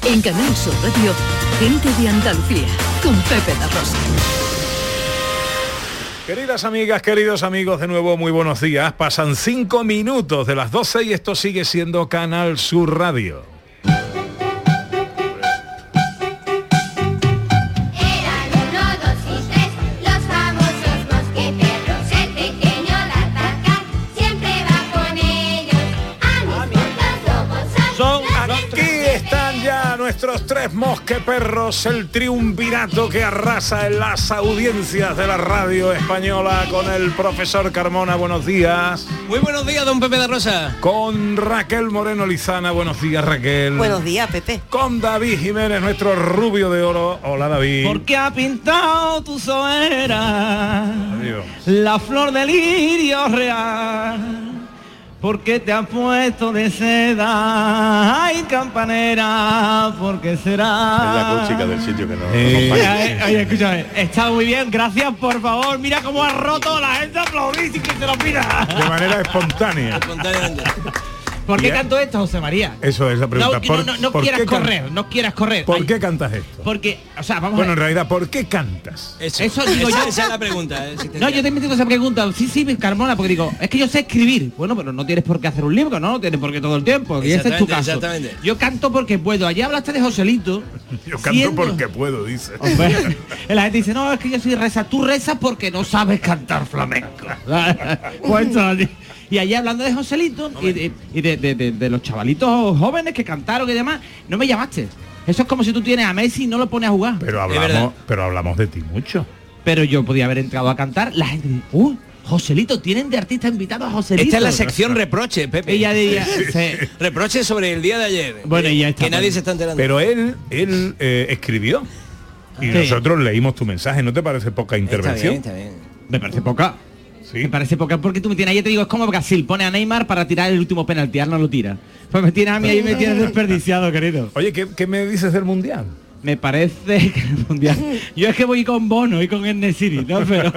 En Canal Sur Radio, Gente de Andalucía, con Pepe da Rosa. Queridas amigas, queridos amigos, de nuevo muy buenos días. Pasan 5 minutos de las 12 y esto sigue siendo Canal Sur Radio. Nuestros 3 mosqueperros, el triunvirato que arrasa en las audiencias de la radio española, con el profesor Carmona. Buenos días. Muy buenos días, don Pepe da Rosa. Con Raquel Moreno Lizana. Buenos días, Raquel. Buenos días, Pepe. Con David Jiménez, nuestro rubio de oro. Hola, David. Porque ha pintado tu sobera la flor del lirio real. Porque te has puesto de seda, ay campanera, porque será. Es la cúchica del sitio que no. Oye, escúchame, está muy bien, gracias, por favor. Mira cómo ha roto, la gente aplaudí sin que se lo pida. De manera espontánea. ¿Por qué canto esto, José María? Eso es la pregunta. No quieras correr, no quieras correr. ¿Por qué cantas esto? Porque, o sea, vamos Bueno, a ver. en realidad, ¿por qué cantas? Eso digo yo. Esa es la pregunta. No, yo te he metido esa pregunta. Sí, Carmona, porque digo, es que yo sé escribir. Bueno, pero no tienes por qué hacer un libro, ¿no? No tienes por qué todo el tiempo. Y ese es tu caso. Exactamente. Yo canto porque puedo. Allí hablaste de Joselito. Yo canto porque puedo, dice. Hombre, la gente dice, no, es que yo soy reza. Tú rezas porque no sabes cantar flamenco. Pues entonces, y allí hablando de Joselito y de los chavalitos jóvenes que cantaron y demás, no me llamaste. Eso es como si tú tienes a Messi y no lo pones a jugar. Pero hablamos de ti mucho. Pero yo podía haber entrado a cantar, la gente dice, Joselito, tienen de artista invitado a Joselito. Esta es la sección reproche, Pepe. Ella diría, reproche sobre el día de ayer. Bueno, y ya está. Que nadie se está enterando. Pero él escribió. Y nosotros leímos tu mensaje. ¿No te parece poca intervención? Está bien. Me parece poca. Sí. Me parece poca porque tú me tienes, ayer te digo, es como Brasil, pone a Neymar para tirar el último penalti, no lo tira. Pues me tienes a mí ahí, me tienes desperdiciado, querido. Oye, ¿qué me dices del Mundial? Me parece que el Mundial... Yo es que voy con Bono y con Enesiri, ¿no? Pero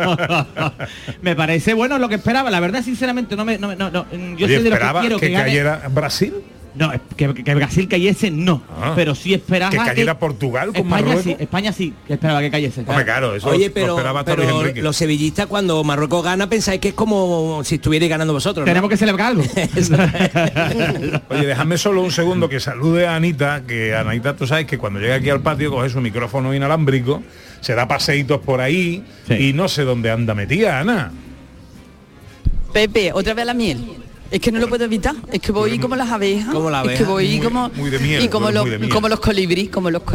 me parece bueno lo que esperaba. La verdad, sinceramente, no. Yo soy de los que quiero que gane... cayera Brasil. No, que Brasil cayese no, pero sí esperaba que cayera Portugal con España Marruecos. España sí, que esperaba que cayese. Hombre, claro, eso. Oye, lo esperaba hasta Luis Enrique. los sevillistas cuando Marruecos gana pensáis que es como si estuvierais ganando vosotros, ¿no? Tenemos que celebrar algo. Oye, déjame solo un segundo que salude a Anita, que Anita, tú sabes que cuando llega aquí al patio coge su micrófono inalámbrico, se da paseitos por ahí y no sé dónde anda metida, Ana. Pepe, otra vez a la miel. Es que no lo puedo evitar, es que voy como las abejas, como la abeja. Es que voy como muy de miel, y como los colibrí,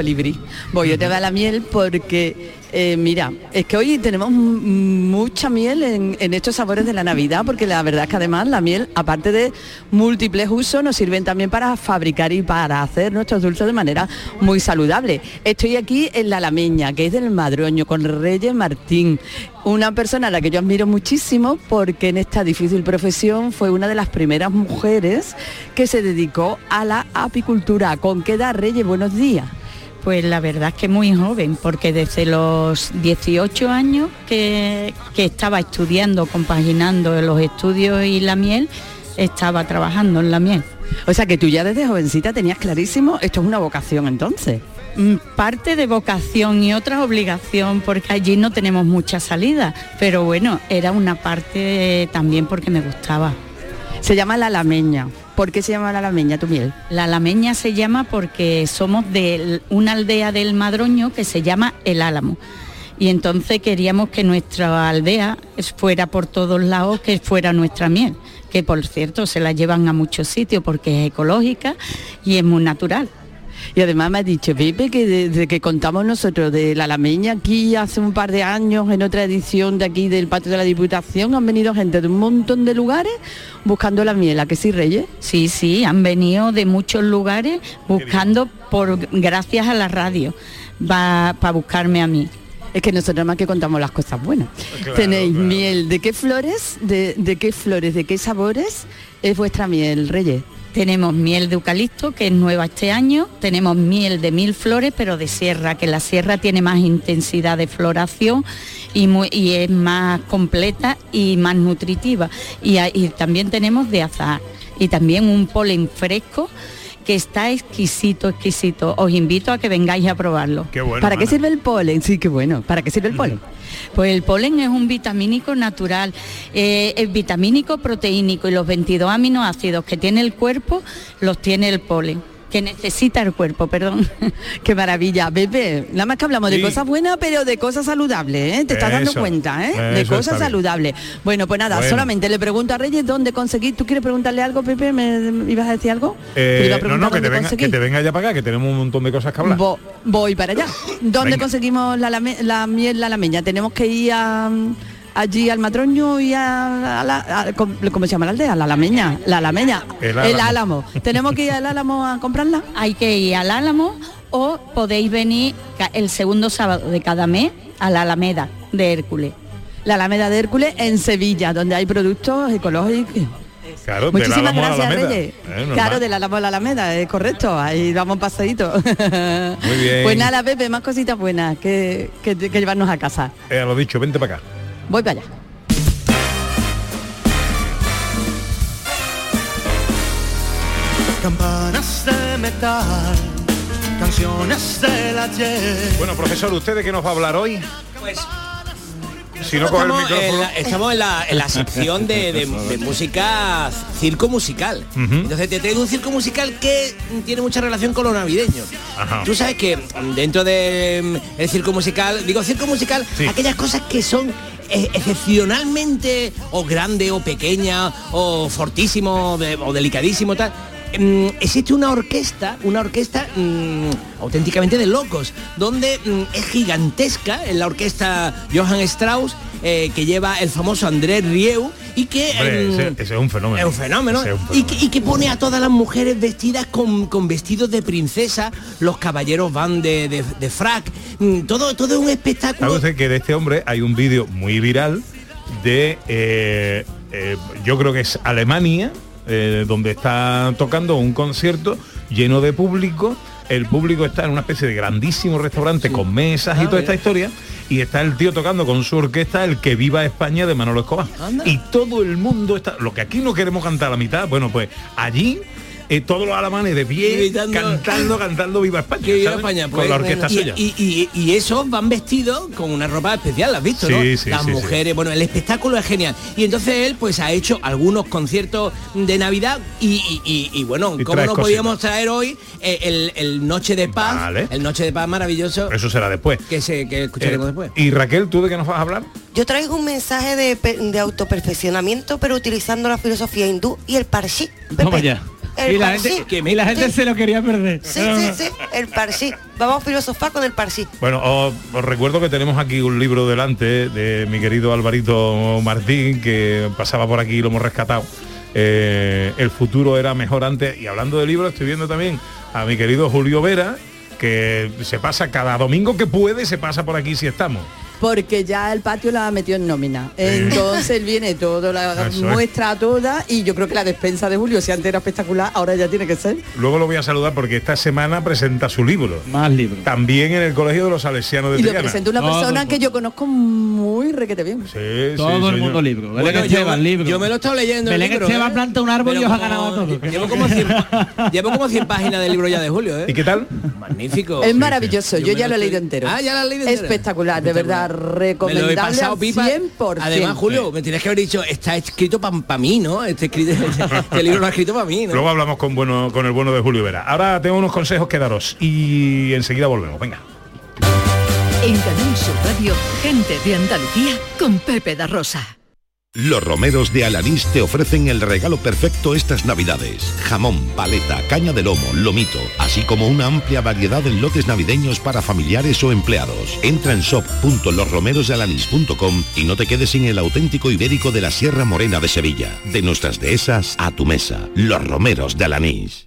Voy otra vez a la miel porque mira, es que hoy tenemos mucha miel en estos sabores de la Navidad, porque la verdad es que además la miel, aparte de múltiples usos, nos sirven también para fabricar y para hacer nuestros dulces de manera muy saludable. Estoy aquí en la Alameña, que es del Madroño, con Reyes Martín, una persona a la que yo admiro muchísimo porque en esta difícil profesión fue una de las primeras mujeres que se dedicó a la apicultura. ¿Con qué edad, Reyes? Buenos días. Pues la verdad es que muy joven, porque desde los 18 años que estaba estudiando, compaginando los estudios y la miel, estaba trabajando en la miel. O sea que tú ya desde jovencita tenías clarísimo, esto es una vocación entonces. Parte de vocación y otra obligación, porque allí no tenemos mucha salida, pero bueno, era una parte también porque me gustaba. Se llama La Alameña. ¿Por qué se llama La Alameña tu miel? La Alameña se llama porque somos de una aldea del Madroño que se llama El Álamo. Y entonces queríamos que nuestra aldea fuera por todos lados, que fuera nuestra miel, que por cierto se la llevan a muchos sitios porque es ecológica y es muy natural. Y además me ha dicho Pepe que desde que contamos nosotros de la Alameña aquí hace un par de años, en otra edición de aquí del patio de la Diputación, han venido gente de un montón de lugares buscando la miel. ¿A que sí, Reyes? Sí, han venido de muchos lugares buscando, gracias a la radio, para buscarme a mí. Es que nosotros más que contamos las cosas buenas. Claro, tenéis miel. ¿De qué flores? ¿De qué flores? ¿De qué sabores es vuestra miel, Reyes? Tenemos miel de eucalipto, que es nueva este año. Tenemos miel de 1000 flores, pero de sierra, que la sierra tiene más intensidad de floración y es más completa y más nutritiva. Y también tenemos de azahar. Y también un polen fresco que está exquisito, exquisito. Os invito a que vengáis a probarlo. Qué bueno. ¿Para qué sirve el polen? Sí, qué bueno. ¿Para qué sirve el polen? Pues el polen es un vitamínico natural, es vitamínico, proteínico, y los 22 aminoácidos que tiene el cuerpo los tiene el polen, que necesita el cuerpo, perdón. Qué maravilla, Pepe. Nada más que hablamos Sí. de cosas buenas, pero de cosas saludables, ¿eh? Te estás dando Eso, cuenta, ¿eh? De eso cosas está bien. saludables. Bueno, pues nada, Bueno. solamente le pregunto a Reyes dónde conseguir. ¿Tú quieres preguntarle algo, Pepe? ¿Me ibas a decir algo? Te iba a No, preguntar que te, dónde venga, conseguir. que te venga ya para acá, que tenemos un montón de cosas que hablar. Voy para allá. ¿Dónde Venga. conseguimos la miel la alameña? Tenemos que ir allí al Matroño y ¿cómo se llama la aldea? La Alameña. El El Álamo. Álamo. Tenemos que ir al Álamo a comprarla. Hay que ir al Álamo o podéis venir el segundo sábado de cada mes a la Alameda de Hércules. La Alameda de Hércules en Sevilla, donde hay productos ecológicos. Claro, Muchísimas del Álamo a la gracias, Alameda. Reyes. Normal. Claro, del Álamo a la Alameda, es correcto. Ahí vamos pasadito. Muy bien. Pues nada, Pepe, más cositas buenas que llevarnos a casa. Lo dicho, vente para acá. Voy para allá. Campanas de metal, canciones del ayer. Bueno, profesor, ¿usted de qué nos va a hablar hoy? Pues Si no coge el estamos micrófono. estamos en la sección de música, circo musical. Ujú. Entonces te traigo un circo musical que tiene mucha relación con lo navideño. Ajá. Tú sabes que dentro del circo musical, Sí. aquellas cosas que son excepcionalmente o grande o pequeña o fortísimo o delicadísimo tal. Existe una orquesta auténticamente de locos, donde es gigantesca, en la orquesta Johann Strauss, que lleva el famoso André Rieu, y que Hombre, ese es un fenómeno. es un fenómeno, Ese es un y fenómeno. que pone a todas las mujeres vestidas con vestidos de princesa, los caballeros van de frac, todo es un espectáculo. ¿Sabe usted que de este hombre hay un vídeo muy viral de, yo creo que es Alemania, donde está tocando un concierto lleno de público? El público está en una especie de grandísimo restaurante con mesas y toda esta historia, y está el tío tocando con su orquesta El que viva España de Manolo Escobar. Anda. Y todo el mundo está, lo que aquí no queremos cantar a la mitad, bueno, pues allí todos los alemanes de pie Gritando. cantando Viva España, Que viva ¿sabes? España, con pues, la orquesta y, suya. y esos van vestidos con una ropa especial, ¿la has visto? Sí, ¿no? sí, Las sí, mujeres, bueno, el espectáculo es genial. Y entonces él pues ha hecho algunos conciertos de Navidad y bueno, Y ¿cómo traes no cositas. podíamos traer hoy el Noche de Paz? Vale. El Noche de Paz maravilloso Eso será después. que escucharemos después. Y Raquel, ¿tú de qué nos vas a hablar? Yo traigo un mensaje de autoperfeccionamiento, pero utilizando la filosofía hindú y el Parsi. Pepe. Vamos allá. El Y la Parsi. gente se lo quería perder. Sí, el Parsi. Vamos a filosofar con el Parsi. Bueno, os recuerdo que tenemos aquí un libro delante de mi querido Alvarito Martín, que pasaba por aquí y lo hemos rescatado. El futuro era mejor antes. Y hablando de libros, estoy viendo también a mi querido Julio Vera, que se pasa cada domingo que puede, se pasa por aquí si estamos. Porque ya el patio la metió en nómina. Entonces él viene todo, la Eso es. muestra toda, y yo creo que la despensa de Julio, si antes era espectacular, ahora ya tiene que ser. Luego lo voy a saludar porque esta semana presenta su libro. Más libros. También en el Colegio de los Salesianos de Y lo Triana. presenta una Todo, persona todo. que yo conozco muy requete bien. Sí, Todo sí, el señor. mundo libro. Belén Bueno, Esteban, libro. yo me lo he estado leyendo. Belén el libro, Esteban planta un árbol Pero y os ha como- ganado a todos. Llevo como 100 páginas del libro ya de Julio, ¿eh? ¿Y qué tal? Magnífico. Es maravilloso, yo ya me lo he estoy- leído entero. Ah, ya lo has leído entero. Espectacular, de verdad, Me lo he recomendable pasado al pipa. 100%. Además, Julio, me tienes que haber dicho, está escrito para mí, ¿no? Este libro lo ha escrito para mí, ¿no? Luego hablamos con el bueno de Julio Vera. Ahora tengo unos consejos que daros y enseguida volvemos. Venga. En Canal Sur Radio, gente de Andalucía con Pepe da Rosa. Los romeros de Alanís te ofrecen el regalo perfecto estas navidades. Jamón, paleta, caña de lomo, lomito, así como una amplia variedad en lotes navideños para familiares o empleados. Entra en shop.losromerosdealanís.com y no te quedes sin el auténtico ibérico de la Sierra Morena de Sevilla. De nuestras dehesas a tu mesa. Los romeros de Alanís.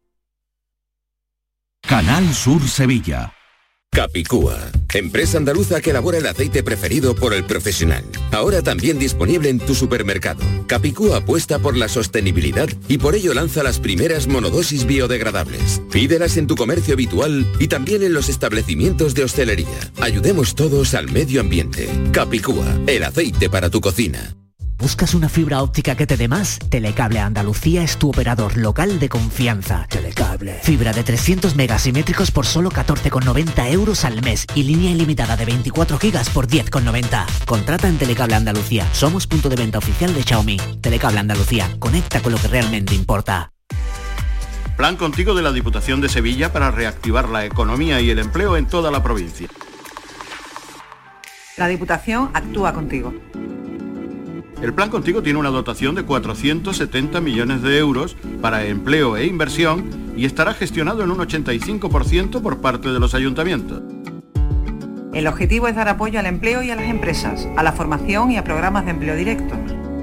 Canal Sur Sevilla. Capicúa, empresa andaluza que elabora el aceite preferido por el profesional. Ahora también disponible en tu supermercado. Capicúa apuesta por la sostenibilidad y por ello lanza las primeras monodosis biodegradables. Pídelas en tu comercio habitual y también en los establecimientos de hostelería. Ayudemos todos al medio ambiente. Capicúa, el aceite para tu cocina. ¿Buscas una fibra óptica que te dé más? Telecable Andalucía es tu operador local de confianza. Telecable. Fibra de 300 megasimétricos por solo 14,90 euros al mes y línea ilimitada de 24 gigas por 10,90. Contrata en Telecable Andalucía. Somos punto de venta oficial de Xiaomi. Telecable Andalucía. Conecta con lo que realmente importa. Plan Contigo de la Diputación de Sevilla para reactivar la economía y el empleo en toda la provincia. La Diputación actúa contigo. El Plan Contigo tiene una dotación de 470 millones de euros para empleo e inversión y estará gestionado en un 85% por parte de los ayuntamientos. El objetivo es dar apoyo al empleo y a las empresas, a la formación y a programas de empleo directo.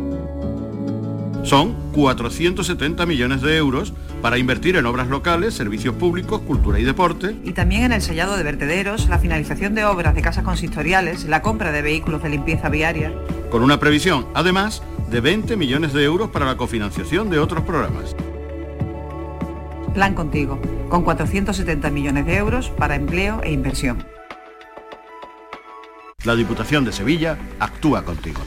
Son 470 millones de euros para invertir en obras locales, servicios públicos, cultura y deporte. Y también en el sellado de vertederos, la finalización de obras de casas consistoriales, la compra de vehículos de limpieza viaria. Con una previsión, además, de 20 millones de euros para la cofinanciación de otros programas. Plan Contigo, con 470 millones de euros para empleo e inversión. La Diputación de Sevilla actúa contigo.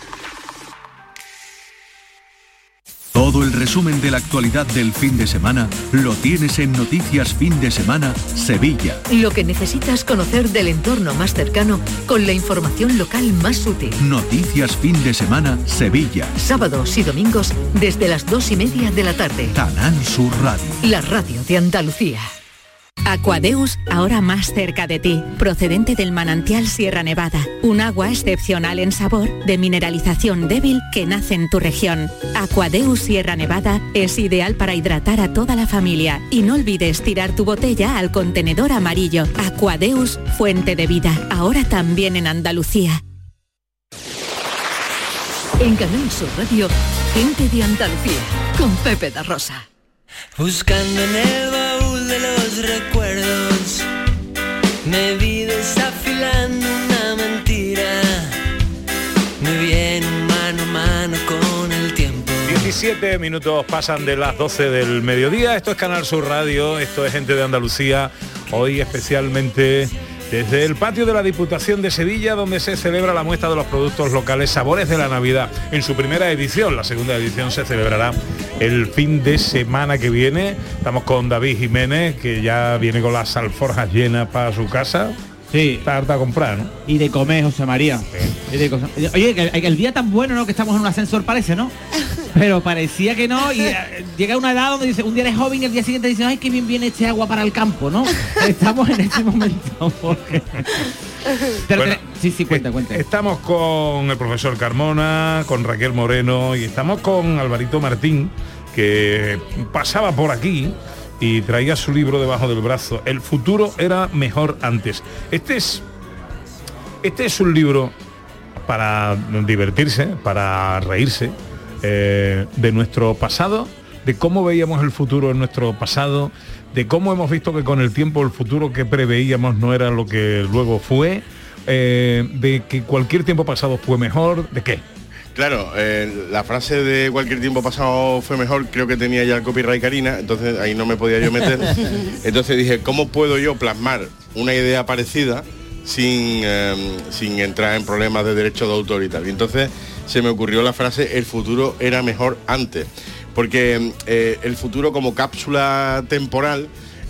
Todo el resumen de la actualidad del fin de semana lo tienes en Noticias Fin de Semana Sevilla. Lo que necesitas conocer del entorno más cercano con la información local más útil. Noticias Fin de Semana Sevilla. Sábados y domingos desde las 2:30 de la tarde. Canal Sur Radio. La radio de Andalucía. Aquadeus, ahora más cerca de ti, procedente del manantial Sierra Nevada, un agua excepcional en sabor, de mineralización débil que nace en tu región. Aquadeus Sierra Nevada es ideal para hidratar a toda la familia y no olvides tirar tu botella al contenedor amarillo. Aquadeus, fuente de vida, ahora también en Andalucía. En Canal Sur Radio, gente de Andalucía, con Pepe da Rosa. Buscando en el baúl de los recuerdos, me vi desafilando una mentira. Me viene mano a mano con el tiempo. 17 minutos pasan de las 12 del mediodía. Esto es Canal Sur Radio, esto es gente de Andalucía. Hoy especialmente desde el patio de la Diputación de Sevilla, donde se celebra la muestra de los productos locales Sabores de la Navidad en su primera edición. La segunda edición se celebrará el fin de semana que viene. Estamos con David Jiménez, que ya viene con las alforjas llenas para su casa. Sí. Está harta a comprar, ¿no? Y de comer, José María. Sí. Oye, que el día tan bueno, ¿no? Que estamos en un ascensor parece, ¿no? Pero parecía que no, y llega una edad donde dice, un día eres joven y el día siguiente dice, ay, qué bien viene este agua para el campo, ¿no? Estamos en este momento, porque... Pero bueno, sí, cuenta. Estamos con el profesor Carmona, con Raquel Moreno y estamos con Alvarito Martín, que pasaba por aquí y traía su libro debajo del brazo. El futuro era mejor antes. Este es un libro para divertirse, para reírse, de nuestro pasado, de cómo veíamos el futuro en nuestro pasado, de cómo hemos visto que con el tiempo el futuro que preveíamos no era lo que luego fue, de que cualquier tiempo pasado fue mejor, ¿de qué? Claro, la frase de cualquier tiempo pasado fue mejor, creo que tenía ya el copyright Karina, entonces ahí no me podía yo meter. Entonces dije, ¿cómo puedo yo plasmar una idea parecida sin entrar en problemas de derecho de autor y tal? Y entonces se me ocurrió la frase, el futuro era mejor antes. Porque el futuro como cápsula temporal,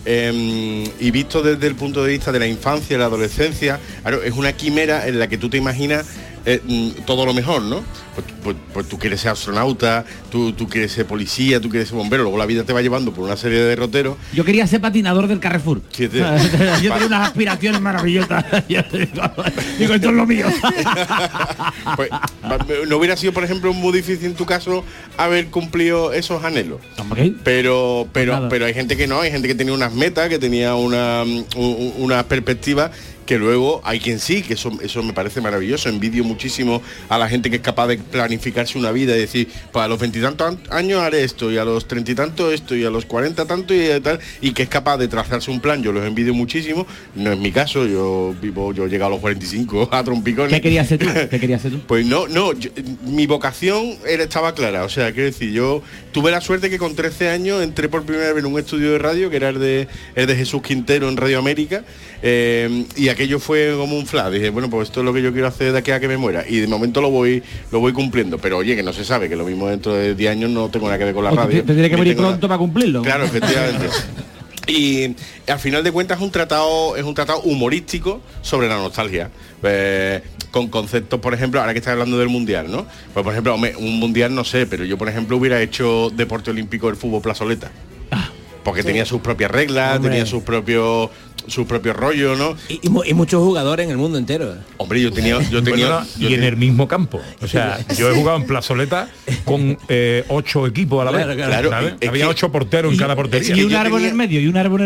y visto desde el punto de vista de la infancia y la adolescencia, claro, es una quimera en la que tú te imaginas todo lo mejor, ¿no? Pues tú quieres ser astronauta, tú quieres ser policía, tú quieres ser bombero, luego la vida te va llevando por una serie de derroteros. Yo quería ser patinador del Carrefour. Sí, yo tenía unas aspiraciones maravillosas. Digo, esto es lo mío. Pues, no hubiera sido, por ejemplo, muy difícil en tu caso haber cumplido esos anhelos. Pero hay gente que no, hay gente que tenía unas metas, que tenía una perspectiva, que luego hay quien sí, que eso me parece maravilloso. Envidio muchísimo a la gente que es capaz de planificarse una vida y decir, pues a los 20 y tantos años haré esto, y a los 30 y tantos esto, y a los 40 tanto y tal, y que es capaz de trazarse un plan. Yo los envidio muchísimo. No es mi caso, yo he llegado a los 45 a trompicones. ¿Qué querías ser tú? Pues mi vocación estaba clara. O sea, quiero decir, yo tuve la suerte que con 13 años entré por primera vez en un estudio de radio, que era el de Jesús Quintero en Radio América, y aquello fue como un flash. Dije, bueno, pues esto es lo que yo quiero hacer de aquí a que me muera. Y de momento lo voy cumpliendo. Pero oye, que no se sabe, que lo mismo dentro de 10 años no tengo nada que ver con la radio. Te tiene que morir pronto para cumplirlo. Claro, efectivamente. Y al final de cuentas es un tratado humorístico sobre la nostalgia. Con conceptos, por ejemplo, ahora que estás hablando del mundial, ¿no? Pues por ejemplo, un mundial no sé, pero yo por ejemplo hubiera hecho deporte olímpico del fútbol plazoleta. Porque tenía sus propias reglas, tenía sus propios rollos, ¿no? Y muchos jugadores en el mundo entero. Hombre, yo tenía y en el mismo campo. O sea, yo he jugado en plazoleta con 8 equipos a la vez. Claro, había 8 porteros en cada portería. Y un árbol en el medio, Un árbol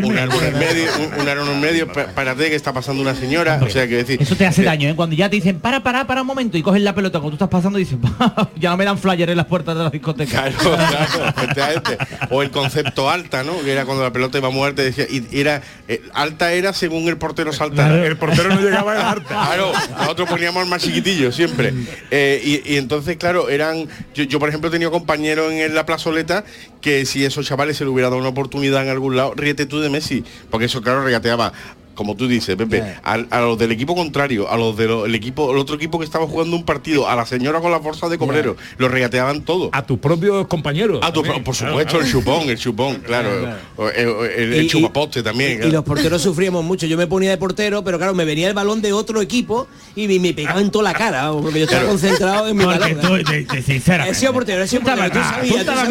en el medio, párate que está pasando una señora. Hombre, o sea, que decir. Eso te hace daño, ¿eh? Cuando ya te dicen, para un momento, y coges la pelota cuando tú estás pasando y dices, ya no me dan flyer en las puertas de la discoteca. Claro, efectivamente. O el concepto alta, ¿no? Que era cuando la pelota iba a muerte, decía, y era alta era según el portero saltara. Claro, el portero no llegaba a la alta. Claro, nosotros poníamos más chiquitillos siempre. Y entonces, claro, yo por ejemplo he tenido compañeros en la plazoleta que si esos chavales se le hubiera dado una oportunidad en algún lado, ríete tú de Messi, porque eso claro regateaba, como tú dices, Pepe, a los del equipo contrario, a los del otro equipo que estaba jugando un partido, a la señora con las bolsas de cobrero, los regateaban todo. A tus propios compañeros. Por supuesto, el chupón, claro. El chupaposte también. Y los porteros sufríamos mucho. Yo me ponía de portero, pero claro, me venía el balón de otro equipo y me pegaba en toda la cara, porque yo estaba concentrado en mi balón. He sido portero, tú sabías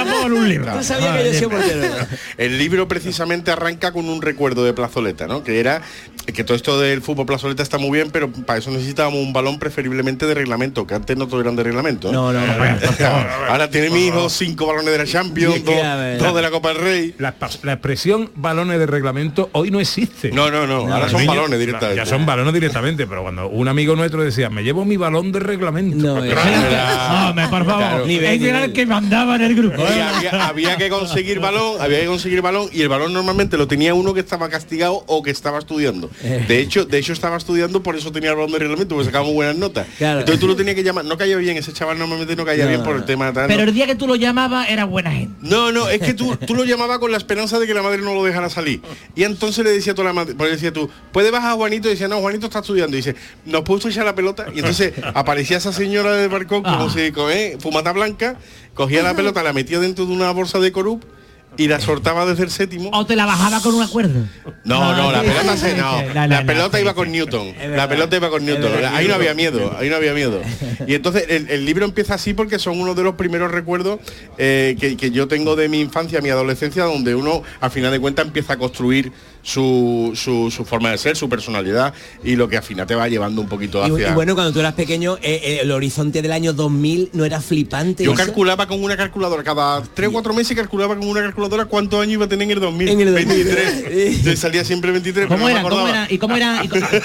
que yo he sido portero. El libro precisamente arranca con un recuerdo de plazoleta, ¿no? Que era que todo esto del fútbol plazoleta está muy bien, pero para eso necesitábamos un balón preferiblemente de reglamento, que antes no todos eran de reglamento. No. Ahora tiene mi hijo 5 balones de la Champions, 2 de la Copa del Rey. La expresión balones de reglamento hoy no existe. No, ahora son balones directamente. Ya son balones directamente, pero cuando un amigo nuestro decía, me llevo mi balón de reglamento. Por favor, era el que mandaba en el grupo. Había que conseguir balón, y el balón normalmente lo tenía uno que estaba castigado o que estaba estudiando. De hecho estaba estudiando, por eso tenía el balón de reglamento, porque sacábamos buenas notas. Claro. Entonces tú lo tenías que llamar, no caía bien, ese chaval normalmente no caía bien por el tema tal. Pero el día que tú lo llamabas era buena gente. No, es que tú lo llamabas con la esperanza de que la madre no lo dejara salir. Y entonces le decía a la madre, porque decía tú, ¿puedes bajar a Juanito? Y decía, no, Juanito está estudiando. Y dice, ¿nos puedo echar la pelota? Y entonces aparecía esa señora del balcón como si fumata blanca, cogía la pelota, la metía dentro de una bolsa de corup y la soltaba desde el séptimo. ¿O te la bajaba con un acuerdo? No, la pelota la pelota iba con Newton. La pelota iba con Newton. Ahí no había miedo. Y entonces el libro empieza así porque son uno de los primeros recuerdos que yo tengo de mi infancia, mi adolescencia, donde uno al final de cuentas empieza a construir su forma de ser, su personalidad y lo que al final te va llevando un poquito hacia... Y bueno, cuando tú eras pequeño, el horizonte del año 2000 no era flipante. Yo calculaba con una calculadora, cada 3 o 4 meses calculaba con una calculadora cuántos años iba a tener en el 2000. En el 23. Entonces salía siempre 23. ¿Cómo era? ¿Cómo era? ¿Y cómo era?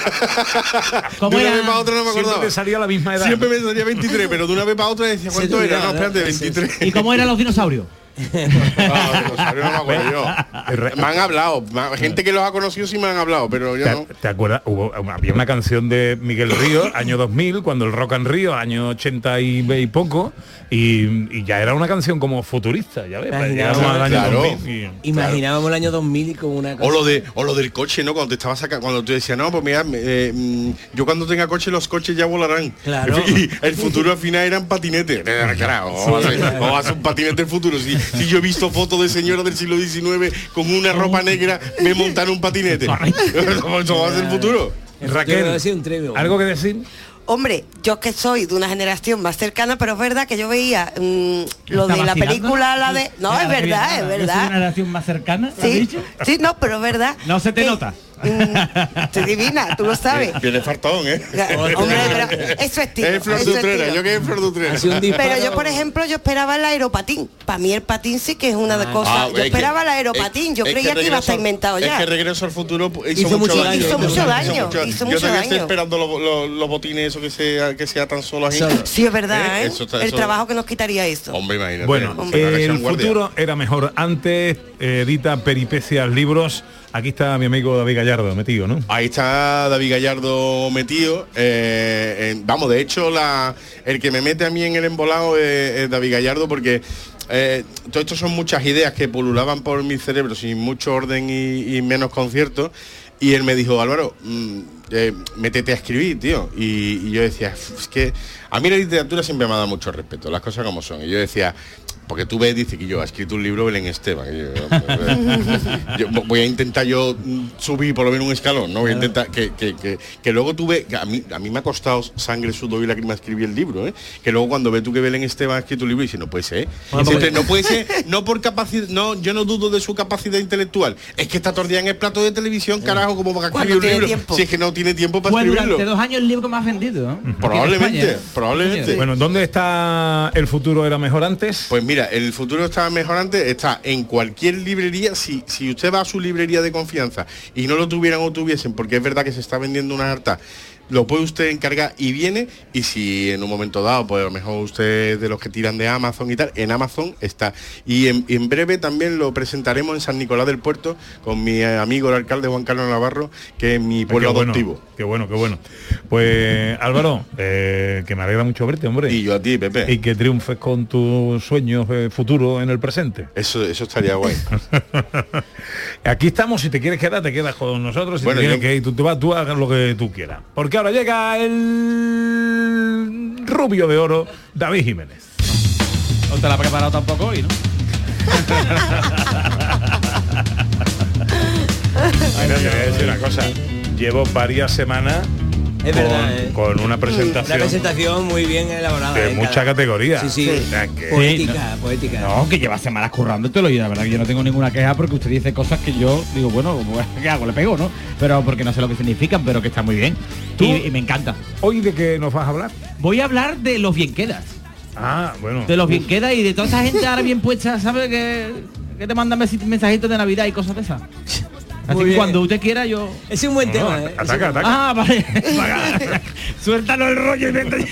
¿Cómo era? De una vez para otra no me acordaba. Siempre te salía la misma edad. Siempre me salía 23, pero de una vez para otra decía, ¿cuánto era? No, espérate, 23. ¿Y cómo eran los dinosaurios? No me acuerdo yo. Me han hablado, gente que los ha conocido sí me han hablado, pero yo no. ¿Te acuerdas? Había una canción de Miguel Ríos, año 2000, cuando el Rock and Río, año 80 y poco, y ya era una canción como futurista, ya ves. Imaginábamos el año 2000 y como una cosa. O lo del coche, ¿no? Cuando te estabas sacando, cuando tú decías, no, pues mira, yo cuando tenga coche los coches ya volarán. Claro. Y el futuro al final eran patinetes. Vamos a hacer un patinete el futuro. Si yo he visto fotos de señoras del siglo XIX con una ropa negra, me montan un patinete. ¿Cómo eso va a ser el futuro? Raquel, ¿algo que decir? Hombre, yo que soy de una generación más cercana, pero es verdad que yo veía lo de la película, la de... No, es verdad. ¿Yo soy una generación más cercana? Sí, no, pero es verdad. No se te nota. Estoy divina, tú lo sabes. Viene fartón, Hombre, pero eso es estilo. Es Flor de Utrera, yo que es Flor de Utrera. Pero yo, por ejemplo, yo esperaba el aeropatín. Para mí el patín sí que es una de cosas. Yo esperaba el aeropatín, yo creía que iba a estar inventado ya. Es que Regreso al Futuro hizo mucho daño. Yo también estoy esperando los botines, eso que sea tan solo así. Sí, es verdad, el trabajo que nos quitaría eso. Hombre, imagínate. Bueno, el futuro era mejor antes, edita Peripecias Libros. Aquí está mi amigo David Gallardo metido, ¿no? Ahí está David Gallardo metido. Vamos, de hecho, el que me mete a mí en el embolado es David Gallardo, porque todo esto son muchas ideas que pululaban por mi cerebro sin mucho orden y menos concierto. Y él me dijo, Álvaro, métete a escribir, tío. Y yo decía, es que a mí la literatura siempre me ha dado mucho respeto, las cosas como son. Y yo decía, porque tú ves, dice que yo he escrito un libro Belén Esteban. Yo voy a intentar subir por lo menos un escalón, ¿no? Voy a intentar que luego tú ves, que a mí me ha costado sangre, sudor y lágrimas escribir el libro, ¿eh? Que luego cuando ves tú que Belén Esteban ha escrito un libro y dices, no puede ser. No puede ser, no por capacidad, no, yo no dudo de su capacidad intelectual. Es que está todo el día en el plato de televisión, carajo, como para escribir un libro. Si es que no tiene tiempo para escribirlo. Durante 2 años el libro más vendido, ¿no? Probablemente. Bueno, ¿dónde está El futuro era mejor antes? Pues mira, El futuro está mejor antes, está en cualquier librería. Si usted va a su librería de confianza y no lo tuvieran o tuviesen, porque es verdad que se está vendiendo una harta, lo puede usted encargar y viene. Y si en un momento dado, pues a lo mejor usted de los que tiran de Amazon y tal, en Amazon está. Y en breve también lo presentaremos en San Nicolás del Puerto con mi amigo el alcalde Juan Carlos Navarro, que es mi pueblo adoptivo. Qué bueno. Pues Álvaro, que me alegra mucho verte, hombre. Y yo a ti, Pepe. Y que triunfes con tus sueños futuros en el presente. Eso estaría guay. Aquí estamos, si te quieres quedar, te quedas con nosotros. Si te quieres tú hagas lo que tú quieras. Porque ahora llega el rubio de oro, David Jiménez. No te la ha preparado tampoco hoy, ¿no? Mira, te voy a decir una cosa. Llevo varias semanas con una presentación. Una presentación muy bien elaborada. De mucha categoría. Sí. O sea, que... Poética. No, que lleva semanas currándotelo y la verdad que yo no tengo ninguna queja porque usted dice cosas que yo digo, bueno, ¿qué hago? Le pego, ¿no? Pero porque no sé lo que significan, pero que está muy bien. Y me encanta. ¿Hoy de qué nos vas a hablar? Voy a hablar de los bienquedas. Ah, bueno. De los bienquedas y de toda esa gente ahora bien puesta, ¿sabe? Que te mandan mensajitos de Navidad y cosas de esas. Así que cuando usted quiera, yo... Es un buen tema, ¿eh? Ataca. Ah, vale. Suéltalo el rollo y vete.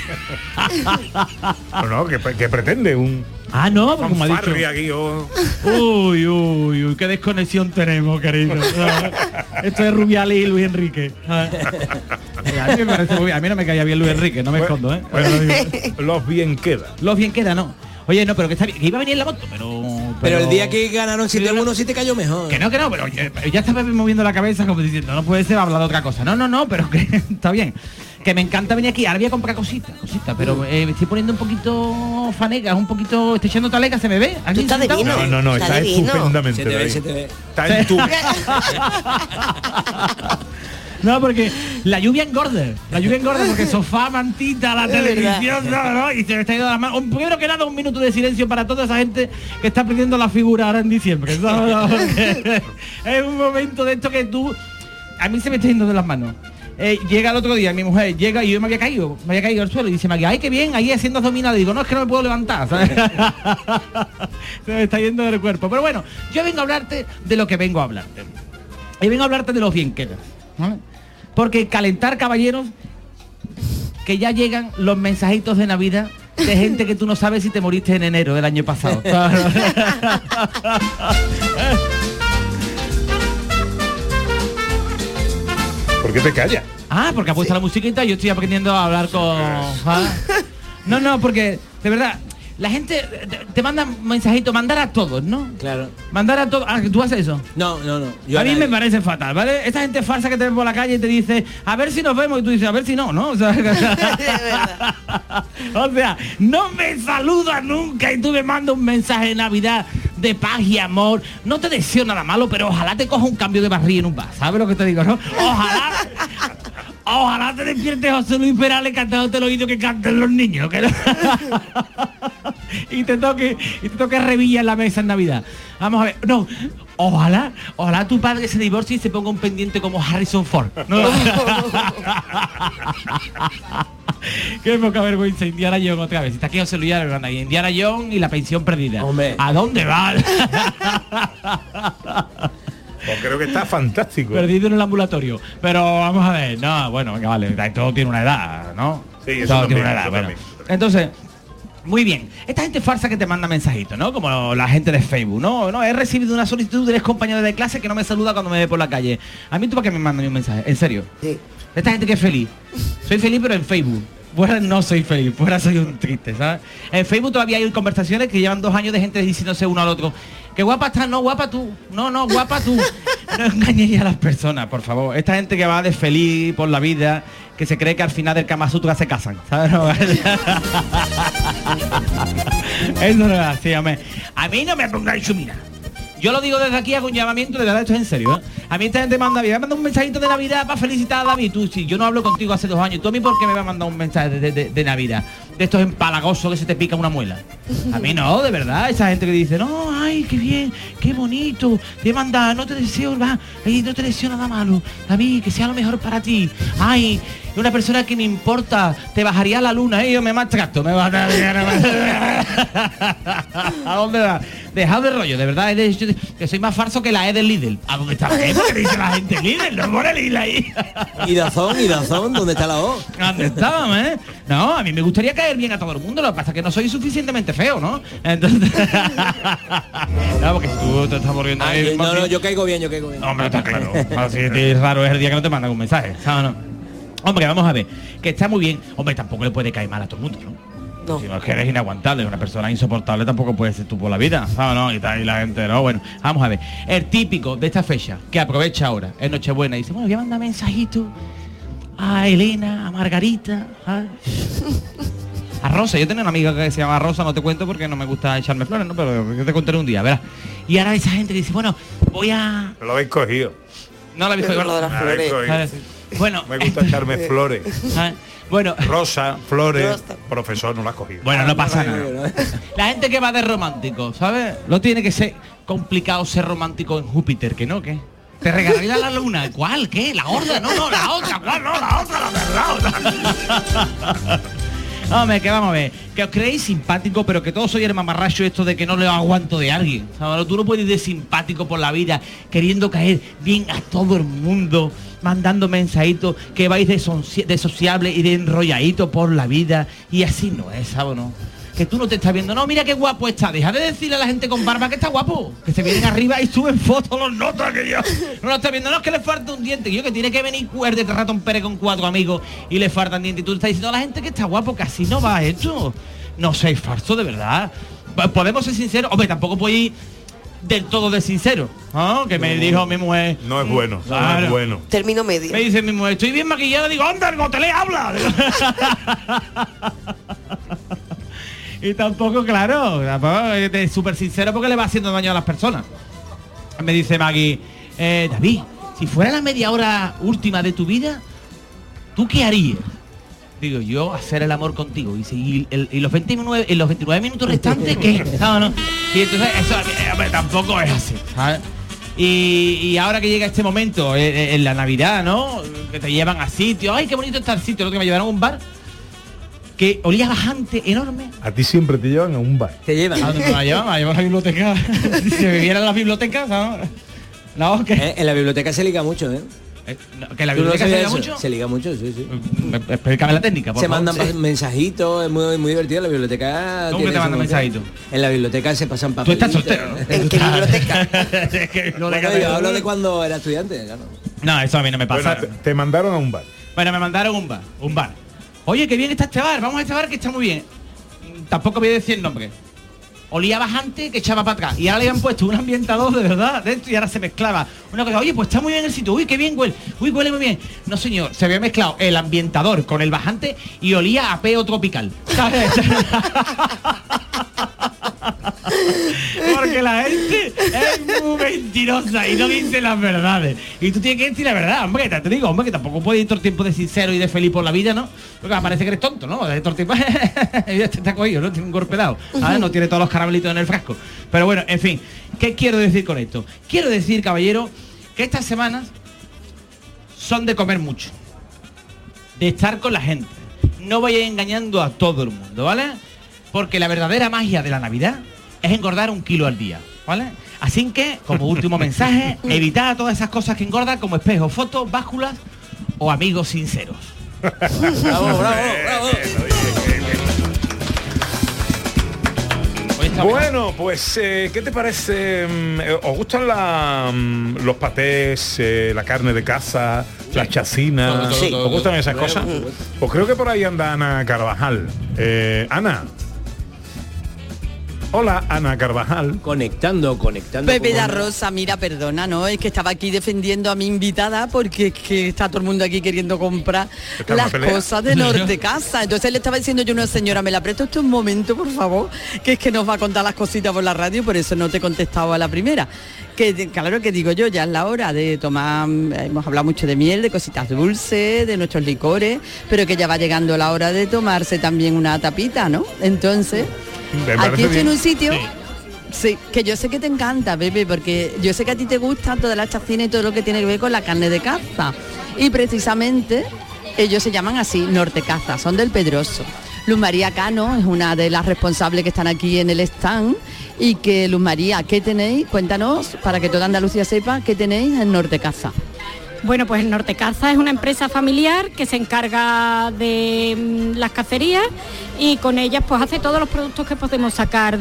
No, que pretende un... Ah, no, porque como ha dicho... Aquí, Uy, qué desconexión tenemos, querido. Esto es Rubiales y Luis Enrique. A mí me parece muy bien. A mí no me caía bien Luis Enrique, no me escondo, ¿eh? Los bien queda. Los bien queda, no. Oye, no, pero que está bien, que iba a venir en la moto, pero el día que ganaron 7-1 sí te cayó mejor. Que no, pero ya estaba moviendo la cabeza como diciendo, no puede ser hablar de otra cosa. No, pero que está bien. Que me encanta venir aquí, ahora voy a comprar cositas, pero me estoy poniendo un poquito fanegas, un poquito, estoy echando talega, ¿se me ve? ¿Tú estás divino? No, está estupendamente. Se te ve. Está en tu... No, porque la lluvia engorda porque sofá, mantita, la televisión, no, y se me está yendo las manos. Primero que nada, un minuto de silencio para toda esa gente que está perdiendo la figura ahora en diciembre. Es un momento de esto que a mí se me está yendo de las manos. Llega el otro día, mi mujer llega y yo me había caído al suelo y dice, Maggie, ay, qué bien, ahí haciendo abdominales. Digo, no, es que no me puedo levantar, ¿sabes? Se me está yendo del cuerpo. Pero bueno, yo vengo a hablarte de lo que vengo a hablarte. Y vengo a hablarte de los bienquedas, ¿vale? Porque calentar, caballeros, que ya llegan los mensajitos de Navidad de gente que tú no sabes si te moriste en enero del año pasado. ¿Por qué te callas? Ah, porque ha puesto la musiquita y yo estoy aprendiendo a hablar con... No, porque, de verdad, la gente te manda mensajitos, mandar a todos, ¿no? Claro. Mandar a todos. Ah, ¿tú haces eso? No. A mí me parece fatal, ¿vale? Esta gente falsa que te ve por la calle y te dice, a ver si nos vemos, y tú dices, a ver si no, ¿no? O sea, no me saludas nunca y tú me mandas un mensaje de Navidad de paz y amor. No te deseo nada malo, pero ojalá te coja un cambio de barriga en un bar. ¿Sabes lo que te digo, no? Ojalá te despiertes José Luis Perales cantándote el oído que canten los niños. Que no... y te toque revilla en la mesa en Navidad. Vamos a ver. No, ojalá tu padre se divorcie y se ponga un pendiente como Harrison Ford. ¿No? Qué poca vergüenza. Indiana Jones otra vez. Está aquí José Luis Aragón ahí. Indiana Jones y la pensión perdida. Hombre. ¿A dónde va? Pues creo que está fantástico. Perdido en el ambulatorio. Pero vamos a ver. No, bueno, venga, vale. Todo tiene una edad, ¿no? Sí, eso todo también, tiene una edad. Bueno. Entonces, muy bien. Esta gente falsa que te manda mensajitos, ¿no? Como la gente de Facebook, ¿no? He recibido una solicitud de un compañero de clase que no me saluda cuando me ve por la calle. A mí, ¿tú para qué me mandan un mensaje? ¿En serio? Sí. Esta gente que es feliz. Soy feliz, pero en Facebook. Fuera no soy feliz, fuera soy un triste, ¿sabes? En Facebook todavía hay conversaciones que llevan 2 años de gente diciéndose uno al otro, Que guapa estás, no guapa tú. No, guapa tú. No engañéis a las personas, por favor. Esta gente que va de feliz por la vida, que se cree que al final del Kama Sutra se casan, ¿sabes? No, eso no es así, hombre. A mí no me pongáis su mira. Yo lo digo desde aquí, hago un llamamiento, de verdad, esto es en serio, ¿eh? A mí esta gente manda un mensajito de Navidad para felicitar a David. Tú, si yo no hablo contigo hace 2 años, ¿tú a mí por qué me vas a mandar un mensaje de Navidad? De estos empalagosos que se te pica una muela. A mí no, de verdad, esa gente que dice, no, ay, qué bien, qué bonito, te manda, no te deseo, no te deseo nada malo, David, que sea lo mejor para ti. Ay, una persona que me importa, te bajaría la luna, yo me maltrato, me va ¿A dónde va? Dejad de rollo, de verdad, que soy más falso que la E del Lidl. ¿A dónde está la E? ¿Qué dice la gente Lidl? No pone Lidl ahí. ¿Y Dazón? ¿Dónde está la O? ¿Dónde estaba, No, a mí me gustaría caer bien a todo el mundo, lo que pasa es que no soy suficientemente feo, ¿no? Entonces... no, porque si tú te estás volviendo ahí... No, yo caigo bien. Hombre, está claro. Así es raro, es el día que no te mandan un mensaje, ¿sabes? No? Hombre, vamos a ver, que está muy bien. Hombre, tampoco le puede caer mal a todo el mundo, ¿no? No. Si no es que eres inaguantable, una persona insoportable tampoco puede ser tú por la vida, ¿sabes? ¿No? Y la gente, no, bueno, vamos a ver. El típico de esta fecha, que aprovecha ahora, es Nochebuena, y dice, bueno, voy a mandar mensajitos a Elena, a Margarita, a Rosa. Yo tenía una amiga que se llama Rosa, no te cuento porque no me gusta echarme flores, ¿no? Pero yo te contaré un día, ¿verdad? Y ahora esa gente dice, bueno, voy a... Lo habéis cogido. No lo habéis cogido. Lo de las flores. Bueno, me gusta echarme flores. Bueno, Rosa, flores, profesor, no la has cogido. Bueno, no pasa nada. La gente que va de romántico, ¿sabes? No tiene que ser complicado ser romántico en Júpiter, ¿que no? ¿Qué? ¿Te regalaría la luna? ¿Cuál? ¿Qué? ¿La horda? No, la otra. ¿Cuál? No, la otra, la verdad. Hombre, que vamos a ver, que os creéis simpático, pero que todos sois el mamarracho esto de que no le aguanto de alguien. ¿Sabes? Tú no puedes ir de simpático por la vida, queriendo caer bien a todo el mundo, mandando mensajitos, que vais de sociable y de enrolladito por la vida, y así no es, ¿sabes? ¿No? Que tú no te estás viendo, no, mira qué guapo está, deja de decirle a la gente con barba que está guapo, que se vienen arriba y suben fotos, los notas que yo no lo estás viendo, no, es que le falta un diente, que yo que tiene que venir de Ratón Pérez con 4 amigos y le faltan dientes, y tú estás diciendo a la gente que está guapo, que así no va esto, no seáis falso de verdad, podemos ser sinceros, hombre, tampoco puedo ir del todo de sincero, ¿no? Que me dijo mi mujer, no es bueno, claro, no es bueno, término medio, me dice mi mujer, estoy bien maquillada, digo, anda, el gotelé habla. Y tampoco, claro, es súper sincero porque le va haciendo daño a las personas. Me dice Maggie, David, si fuera la media hora última de tu vida, ¿tú qué harías? Digo, yo hacer el amor contigo. Y los 29 minutos restantes, ¿qué? ¿No? Y entonces, eso tampoco es así, ¿sabes? Y ahora que llega este momento, en la Navidad, ¿no? Que te llevan a sitios, ¡ay, qué bonito está el sitio! Lo que me llevaron a un bar que olía bajante enorme. A ti siempre te llevan a un bar. Te llevan. ¿A dónde me la llevan? A llevar a la biblioteca. Si se viviera en la biblioteca, ¿sabes? No, que... En la biblioteca se liga mucho, ¿eh? ¿Que en la biblioteca se liga mucho? Se liga mucho, sí. Explícame la técnica, por se favor. mandan mensajitos, es muy divertido la biblioteca. ¿Cómo que te mandan mensajitos? En la biblioteca se pasan papelitos. Tú estás soltero, ¿no? ¿En qué biblioteca? Yo hablo de cuando era estudiante, claro. No, eso a mí no me pasa. Bueno, te mandaron a un bar. Bueno, me mandaron a un bar. Oye, qué bien está este bar, vamos a este bar que está muy bien. Tampoco voy a decir el nombre. Olía bajante que echaba para atrás. Y ahora le habían puesto un ambientador de verdad dentro y ahora se mezclaba. Una cosa, oye, pues está muy bien el sitio, uy, qué bien huele, uy, huele muy bien. No señor, se había mezclado el ambientador con el bajante y olía a peo tropical. ¿Sabes? Porque la gente es muy mentirosa y no dice las verdades. Y tú tienes que decir la verdad, hombre, te digo, hombre, que tampoco puedes ir todo el tiempo de sincero y de feliz por la vida, ¿no? Porque parece que eres tonto, ¿no? De todo el tiempo, ya te está cogido, ¿no? Tiene un golpe dado, ¿sabes? No tiene todos los caramelitos en el frasco. Pero bueno, en fin, ¿qué quiero decir con esto? Quiero decir, caballero, que estas semanas son de comer mucho, de estar con la gente. No vayáis engañando a todo el mundo, ¿vale? Porque la verdadera magia de la Navidad es engordar 1 kilo al día, ¿vale? Así que, como último mensaje, evitad todas esas cosas que engordan como espejos, fotos, básculas o amigos sinceros. Bravo. Bueno, pues, ¿qué te parece? ¿Os gustan los patés, la carne de caza, las chacinas? Sí. ¿Os gustan esas cosas? Pues creo que por ahí anda Ana Carvajal. Ana. Hola, Ana Carvajal. Conectando. Pepe da Rosa, mira, perdona, ¿no? Es que estaba aquí defendiendo a mi invitada porque es que está todo el mundo aquí queriendo comprar las cosas de Norte Casa. Entonces le estaba diciendo yo, una señora, ¿me la presto usted un momento, por favor? Que es que nos va a contar las cositas por la radio, por eso no te he contestado a la primera. Que claro que digo yo, ya es la hora de tomar, hemos hablado mucho de miel, de cositas dulces, de nuestros licores, pero que ya va llegando la hora de tomarse también una tapita, ¿no? Entonces, aquí estoy en un sitio... Sí, que yo sé que te encanta, Pepe, porque yo sé que a ti te gusta toda la chacina y todo lo que tiene que ver con la carne de caza. Y precisamente ellos se llaman así, Norte Caza, son del Pedroso. Luz María Cano es una de las responsables que están aquí en el stand. Y que, Luz María, ¿qué tenéis? Cuéntanos, para que toda Andalucía sepa, ¿qué tenéis en Norte Caza? Bueno, pues Norte Caza es una empresa familiar que se encarga de las cacerías y con ellas pues hace todos los productos que podemos sacar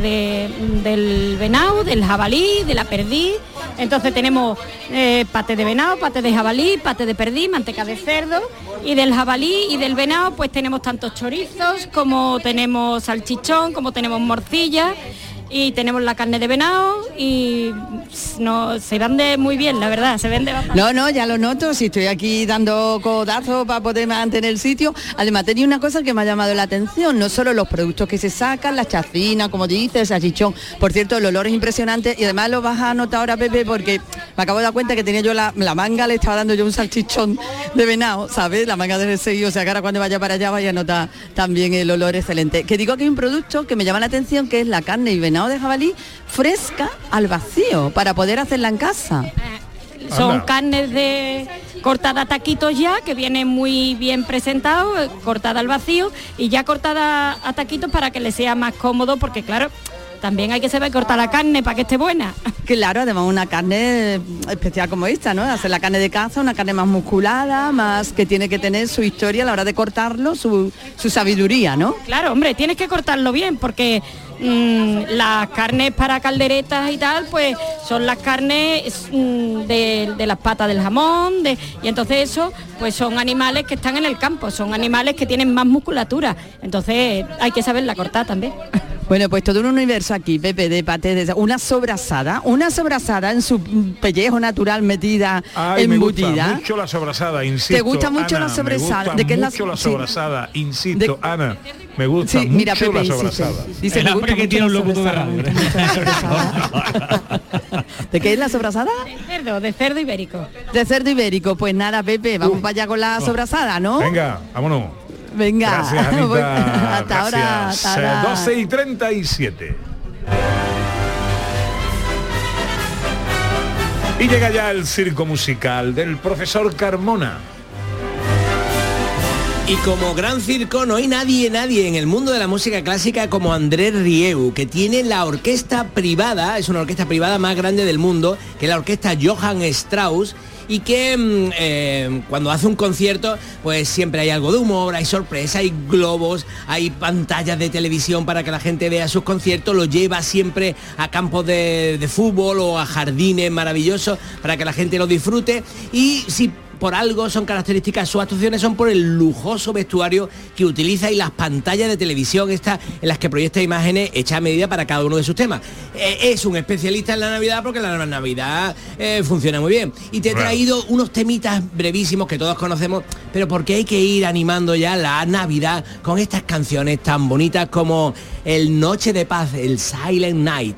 del venado, del jabalí, de la perdiz. Entonces tenemos paté de venado, paté de jabalí, paté de perdiz, manteca de cerdo, y del jabalí y del venado pues tenemos tantos chorizos como tenemos salchichón, como tenemos morcilla. Y tenemos la carne de venado y no, se vende muy bien, la verdad, se vende bastante. No, ya lo noto, si estoy aquí dando codazos para poder mantener el sitio. Además tenía una cosa que me ha llamado la atención, no solo los productos que se sacan, la chacina, como dices, el salchichón. Por cierto, el olor es impresionante y además lo vas a notar ahora, Pepe, porque me acabo de dar cuenta que tenía yo la manga, le estaba dando yo un salchichón de venado, ¿sabes? La manga de ese, o sea que ahora cuando vaya para allá vaya a notar también el olor excelente. Que digo que hay un producto que me llama la atención, que es la carne y venado de jabalí fresca al vacío para poder hacerla en casa. Son carnes cortadas a taquitos ya, que vienen muy bien presentados, cortada al vacío y ya cortada a taquitos para que le sea más cómodo, porque claro, también hay que saber cortar la carne para que esté buena. Claro, además una carne especial como esta, ¿no? Hacer la carne de caza, una carne más musculada, más que tiene que tener su historia a la hora de cortarlo, su sabiduría, ¿no? Claro, hombre, tienes que cortarlo bien, porque las carnes para calderetas y tal, pues son las carnes de las patas del jamón, y entonces eso, pues son animales que están en el campo, son animales que tienen más musculatura, entonces hay que saberla cortar también. Bueno, pues todo un universo aquí, Pepe, de paté, de una sobrasada en su pellejo natural metida, embutida. Me gusta mucho la sobrasada, insisto. ¿Te gusta mucho Ana, la sobrasada? ¿De qué es la sobrasada? Insisto, Ana, me gusta mucho mira, Pepe, la sobrasada. Dice, el hambre que tiene un locutor de radio. ¿De qué es la sobrasada? De cerdo ibérico. De cerdo ibérico, pues nada, Pepe, vamos para allá con la sobrasada, ¿no? Venga, vámonos. Venga, gracias, Anita. hasta ahora. 12:37. Y llega ya el circo musical del profesor Carmona. Y como gran circo no hay nadie en el mundo de la música clásica como Andrés Rieu, que tiene la orquesta privada, es una orquesta privada más grande del mundo, que es la orquesta Johann Strauss, y que cuando hace un concierto pues siempre hay algo de humor, hay sorpresa, hay globos, hay pantallas de televisión para que la gente vea sus conciertos, lo lleva siempre a campos de fútbol o a jardines maravillosos para que la gente lo disfrute, y si por algo son características sus actuaciones, son por el lujoso vestuario que utiliza y las pantallas de televisión estas en las que proyecta imágenes hechas a medida para cada uno de sus temas. Es un especialista en la Navidad porque la Navidad funciona muy bien. Y te he traído unos temitas brevísimos que todos conocemos, pero porque hay que ir animando ya la Navidad con estas canciones tan bonitas como El Noche de Paz, el Silent Night.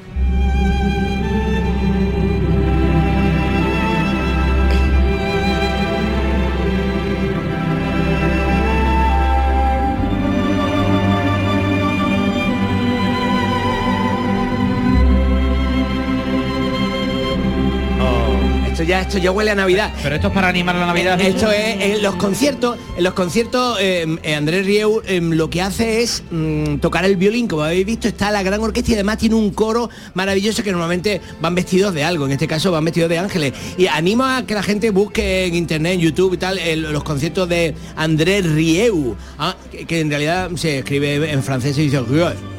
Esto ya huele a Navidad. Pero esto es para animar la Navidad. Esto es en los conciertos Andrés Rieu lo que hace es tocar el violín. Como habéis visto, está la gran orquesta y además tiene un coro maravilloso que normalmente van vestidos de algo, en este caso van vestidos de ángeles. Y animo a que la gente busque en internet, en YouTube y tal, los conciertos de Andrés Rieu, que en realidad se escribe en francés y dice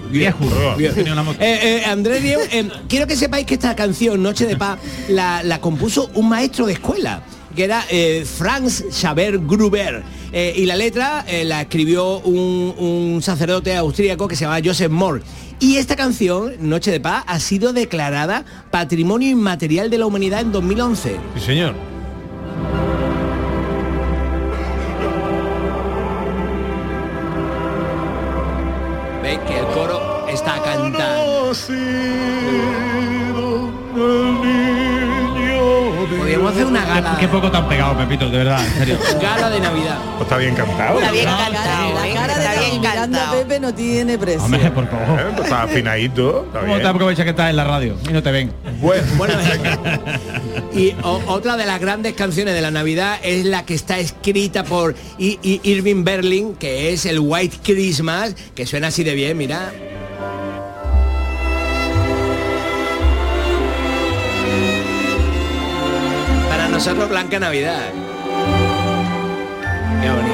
Andrés Rieu, quiero que sepáis que esta canción Noche de Paz la compuso un maestro de escuela que era Franz Xaver Gruber. Y la letra la escribió un sacerdote austríaco que se llama Joseph Mohr. Y esta canción, Noche de Paz, ha sido declarada Patrimonio Inmaterial de la Humanidad en 2011. Sí, señor. Ve que el coro está cantando. Podríamos hacer una gala. Qué poco tan pegado, Pepito, de verdad, en serio. Gala de Navidad. Pues está bien cantado. Está bien cantado. La cara de Está bien mirando a cantado. Pepe no tiene precio. Hombre, por favor. Pues está afinadito. Está ¿Cómo bien. te aprovechas que estás en la radio y no te ven? Bueno, y otra de las grandes canciones de la Navidad es la que está escrita por Irving Berlin, que es el White Christmas, que suena así de bien, mira. Para nosotros Blanca Navidad. Qué bonito.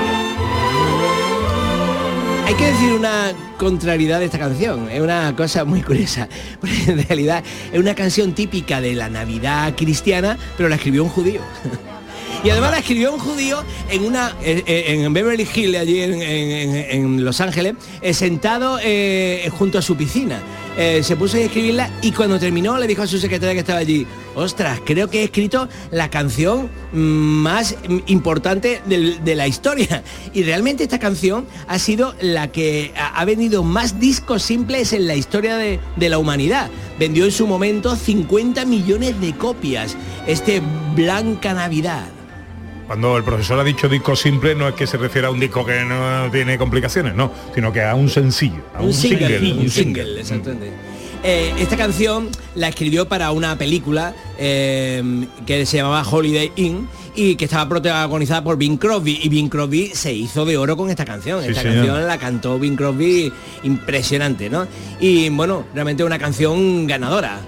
Hay que decir una contrariedad de esta canción, es una cosa muy curiosa, porque en realidad es una canción típica de la Navidad cristiana, pero la escribió un judío. Y además la escribió un judío en Beverly Hills, allí en Los Ángeles, sentado junto a su piscina. Se puso a escribirla y cuando terminó le dijo a su secretaria que estaba allí: ostras, creo que he escrito la canción más importante de la historia. Y realmente esta canción ha sido la que ha vendido más discos simples en la historia de la humanidad. Vendió en su momento 50 millones de copias. Blanca Navidad. Cuando el profesor ha dicho disco simple, no es que se refiere a un disco que no tiene complicaciones, no, sino que a un sencillo, a un single, exactamente. Esta canción la escribió para una película que se llamaba Holiday Inn y que estaba protagonizada por Bing Crosby, y Bing Crosby se hizo de oro con esta canción. Sí, esta señor. canción la cantó Bing Crosby, impresionante, ¿no? Y bueno, realmente una canción ganadora.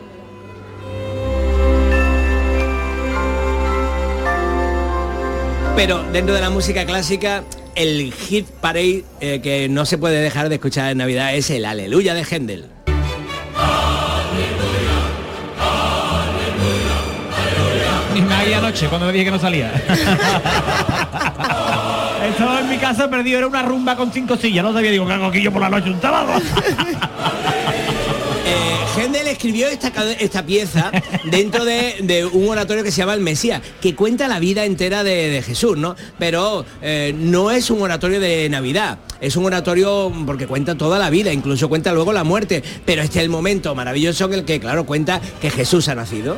Pero dentro de la música clásica, el hit parade que no se puede dejar de escuchar en Navidad es el Aleluya de Händel. Ni me haía anoche cuando le dije que no salía. Estaba en mi casa perdido, era una rumba con 5 sillas, no sabía, digo, ¿qué hago aquí yo por la noche? Un tabaco. Händel escribió esta pieza dentro de un oratorio que se llama El Mesías, que cuenta la vida entera de Jesús, ¿no? Pero no es un oratorio de Navidad, es un oratorio porque cuenta toda la vida, incluso cuenta luego la muerte, pero este es el momento maravilloso en el que, claro, cuenta que Jesús ha nacido.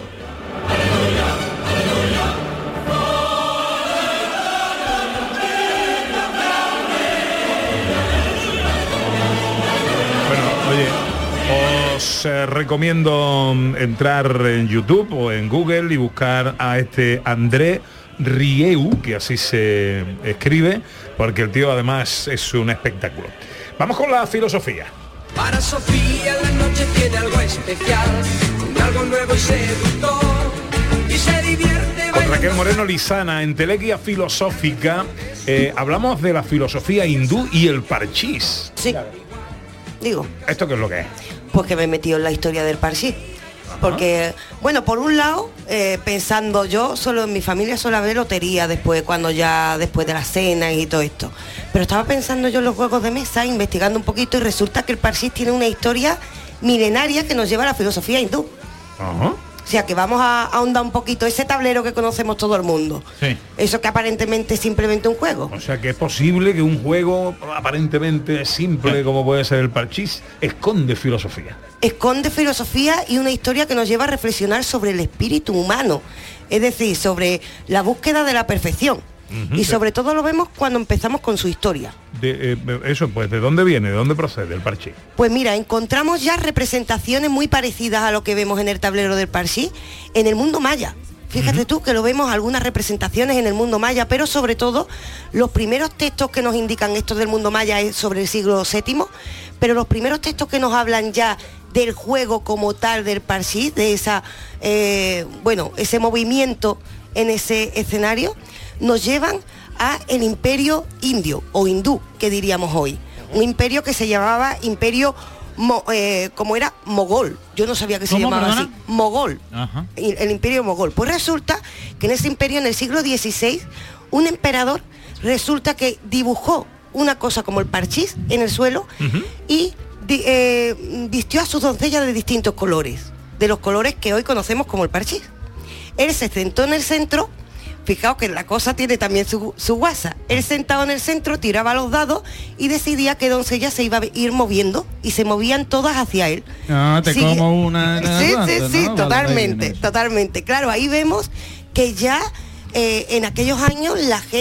Os recomiendo entrar en YouTube o en Google y buscar a André Rieu, que así se escribe, porque el tío además es un espectáculo. Vamos con la filosofía. Para Sofía la noche tiene algo especial, algo nuevo y seductor, y se divierte. Con Raquel Moreno Lizana, en Teleguía Filosófica, hablamos de la filosofía hindú y el parchís. Sí. Digo. ¿Esto qué es lo que es? Pues que me he metido en la historia del parchís. Porque, bueno, por un lado, pensando yo, solo en mi familia suele haber lotería después de la cena y todo esto. Pero estaba pensando yo en los juegos de mesa, investigando un poquito, y resulta que el parchís tiene una historia milenaria que nos lleva a la filosofía hindú. Ajá. O sea que vamos a ahondar un poquito ese tablero que conocemos todo el mundo. Sí. Eso que aparentemente es simplemente un juego. O sea que es posible que un juego aparentemente simple como puede ser el parchís esconde filosofía. Esconde filosofía y una historia que nos lleva a reflexionar sobre el espíritu humano, es decir, sobre la búsqueda de la perfección. Y sobre todo lo vemos cuando empezamos con su historia. ¿De dónde viene? ¿De dónde procede el parchís? Pues mira, encontramos ya representaciones muy parecidas a lo que vemos en el tablero del parchís en el mundo maya. Fíjate tú que lo vemos algunas representaciones en el mundo maya, pero sobre todo los primeros textos que nos indican esto del mundo maya es sobre el siglo VII, pero los primeros textos que nos hablan ya del juego como tal del parchís, de ese movimiento en ese escenario, nos llevan a el imperio indio o hindú, que diríamos hoy. Un imperio que se llamaba Imperio como era mogol. Yo no sabía que se llamaba así. Mogol. Ajá. El imperio mogol. Pues resulta que en ese imperio, en el siglo XVI, un emperador resulta que dibujó una cosa como el parchís en el suelo y vistió a sus doncellas de distintos colores, de los colores que hoy conocemos como el parchís. Él se sentó en el centro. Fijaos que la cosa tiene también su guasa. Él sentado en el centro tiraba los dados y decidía qué doncella se iba a ir moviendo y se movían todas hacia él. Como una... Sí, ¿no? Totalmente. Claro, ahí vemos que ya en aquellos años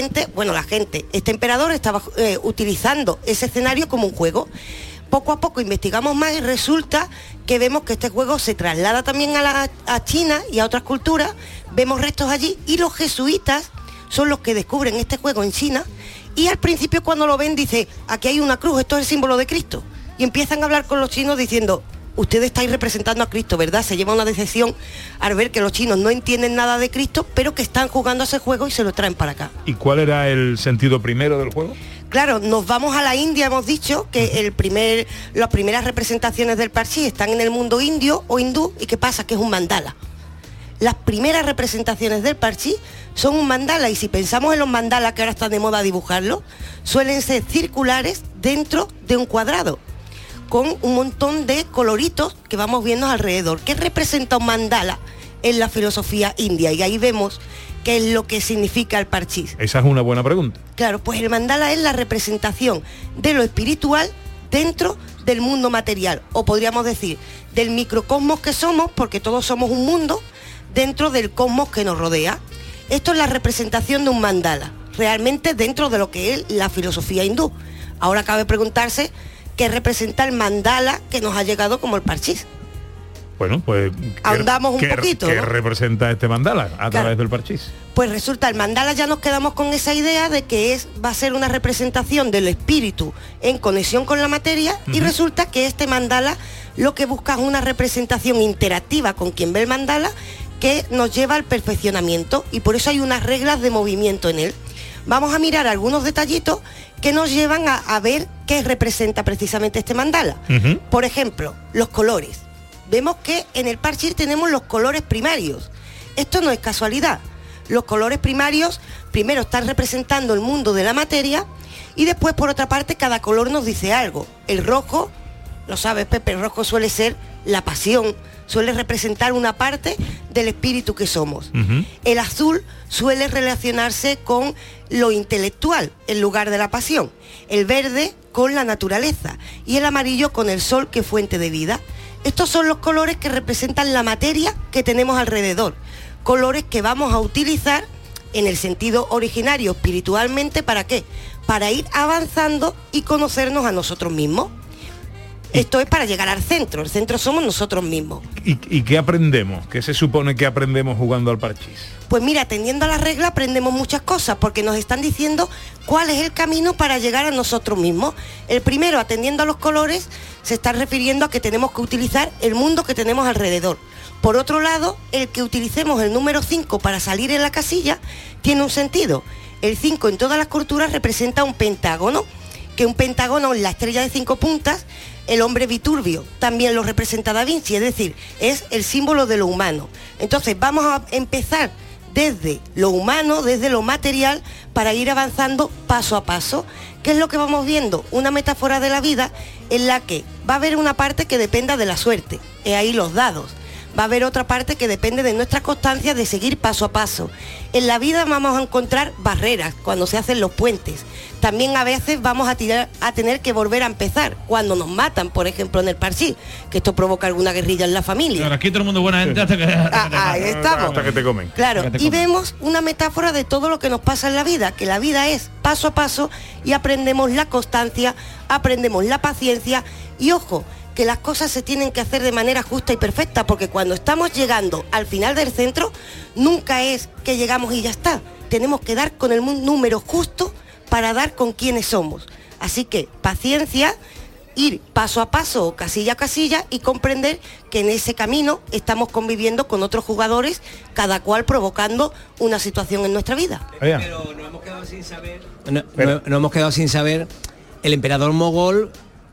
este emperador estaba utilizando ese escenario como un juego. Poco a poco investigamos más y resulta que vemos que este juego se traslada también a China y a otras culturas. Vemos restos allí y los jesuitas son los que descubren este juego en China y al principio cuando lo ven dice, aquí hay una cruz, esto es el símbolo de Cristo. Y empiezan a hablar con los chinos diciendo, ustedes estáis representando a Cristo, ¿verdad? Se lleva una decepción al ver que los chinos no entienden nada de Cristo, pero que están jugando a ese juego y se lo traen para acá. ¿Y cuál era el sentido primero del juego? Claro, nos vamos a la India, hemos dicho que las primeras representaciones del parchís están en el mundo indio o hindú. ¿Y qué pasa? Que es un mandala. Las primeras representaciones del parchís son un mandala y si pensamos en los mandalas que ahora están de moda dibujarlos, suelen ser circulares dentro de un cuadrado, con un montón de coloritos que vamos viendo alrededor. ¿Qué representa un mandala en la filosofía india? Y ahí vemos qué es lo que significa el parchís. Esa es una buena pregunta. Claro, pues el mandala es la representación de lo espiritual dentro del mundo material, o podríamos decir, del microcosmos que somos, porque todos somos un mundo dentro del cosmos que nos rodea. Esto es la representación de un mandala, realmente dentro de lo que es la filosofía hindú. Ahora cabe preguntarse qué representa el mandala que nos ha llegado como el parchís. Bueno, pues ahondamos un poquito, ¿qué ¿no? representa este mandala a través del parchís? Pues resulta, el mandala ya nos quedamos con esa idea de que va a ser una representación del espíritu en conexión con la materia, y resulta que este mandala lo que busca es una representación interactiva con quien ve el mandala que nos lleva al perfeccionamiento, y por eso hay unas reglas de movimiento en él. Vamos a mirar algunos detallitos que nos llevan a ver qué representa precisamente este mandala. Por ejemplo, los colores. Vemos que en el parchís tenemos los colores primarios. Esto no es casualidad. Los colores primarios primero están representando el mundo de la materia y después, por otra parte, cada color nos dice algo. El rojo, lo sabes, Pepe, el rojo suele ser la pasión, suele representar una parte del espíritu que somos. El azul suele relacionarse con lo intelectual en lugar de la pasión. El verde con la naturaleza y el amarillo con el sol, que es fuente de vida. Estos son los colores que representan la materia que tenemos alrededor, colores que vamos a utilizar en el sentido originario espiritualmente. ¿Para qué? Para ir avanzando y conocernos a nosotros mismos. Esto es para llegar al centro. El centro somos nosotros mismos. ¿Y qué aprendemos? ¿Qué se supone que aprendemos jugando al parchís? Pues mira, atendiendo a la regla aprendemos muchas cosas, porque nos están diciendo cuál es el camino para llegar a nosotros mismos. El primero, atendiendo a los colores, se está refiriendo a que tenemos que utilizar el mundo que tenemos alrededor. Por otro lado, el que utilicemos el número 5 para salir en la casilla tiene un sentido. El 5 en todas las culturas representa un pentágono, que un pentágono es la estrella de 5 puntas. El hombre Viturbio también lo representa Da Vinci, es decir, es el símbolo de lo humano. Entonces vamos a empezar desde lo humano, desde lo material, para ir avanzando paso a paso. ¿Qué es lo que vamos viendo? Una metáfora de la vida en la que va a haber una parte que dependa de la suerte, y ahí los dados. Va a haber otra parte que depende de nuestra constancia de seguir paso a paso. En la vida vamos a encontrar barreras cuando se hacen los puentes. También a veces vamos a tener que volver a empezar cuando nos matan, por ejemplo en el parchís, que esto provoca alguna guerrilla en la familia. Ahora aquí todo el mundo buena gente hasta que... ahí estamos. Hasta que te comen. Claro, y vemos una metáfora de todo lo que nos pasa en la vida, que la vida es paso a paso y aprendemos la constancia, aprendemos la paciencia y ojo, que las cosas se tienen que hacer de manera justa y perfecta, porque cuando estamos llegando al final del centro, nunca es que llegamos y ya está. Tenemos que dar con el número justo para dar con quienes somos. Así que paciencia, ir paso a paso, casilla a casilla, y comprender que en ese camino estamos conviviendo con otros jugadores, cada cual provocando una situación en nuestra vida. Pero nos hemos quedado sin saber... No hemos quedado sin saber, el emperador mogol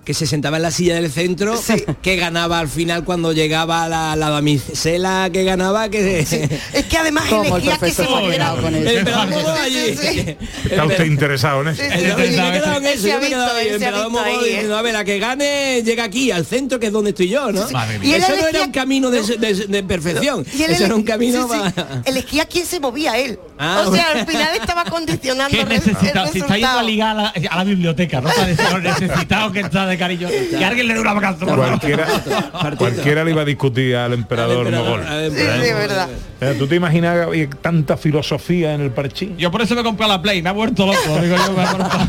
que se sentaba en la silla del centro, que ganaba al final cuando llegaba la damisela que ganaba, que es que además elegía que se moviera con eso. Está usted interesado en eso. A ver, la que gane llega aquí al centro, que es donde estoy yo, ¿no? Y eso no era un camino de perfección. Eso era un camino elegía quién se movía él. O sea, al final estaba condicionando el resultado. Si está yendo a ligar a la biblioteca, ¿no? Para lo necesitado que está de cariño. Que alguien le dé una vacancia. Cualquiera le iba a discutir al emperador mogol. Sí, verdad. ¿Tú te imaginas que había tanta filosofía en el parchís? Yo por eso me compré la Play, me ha vuelto loco. Digo yo,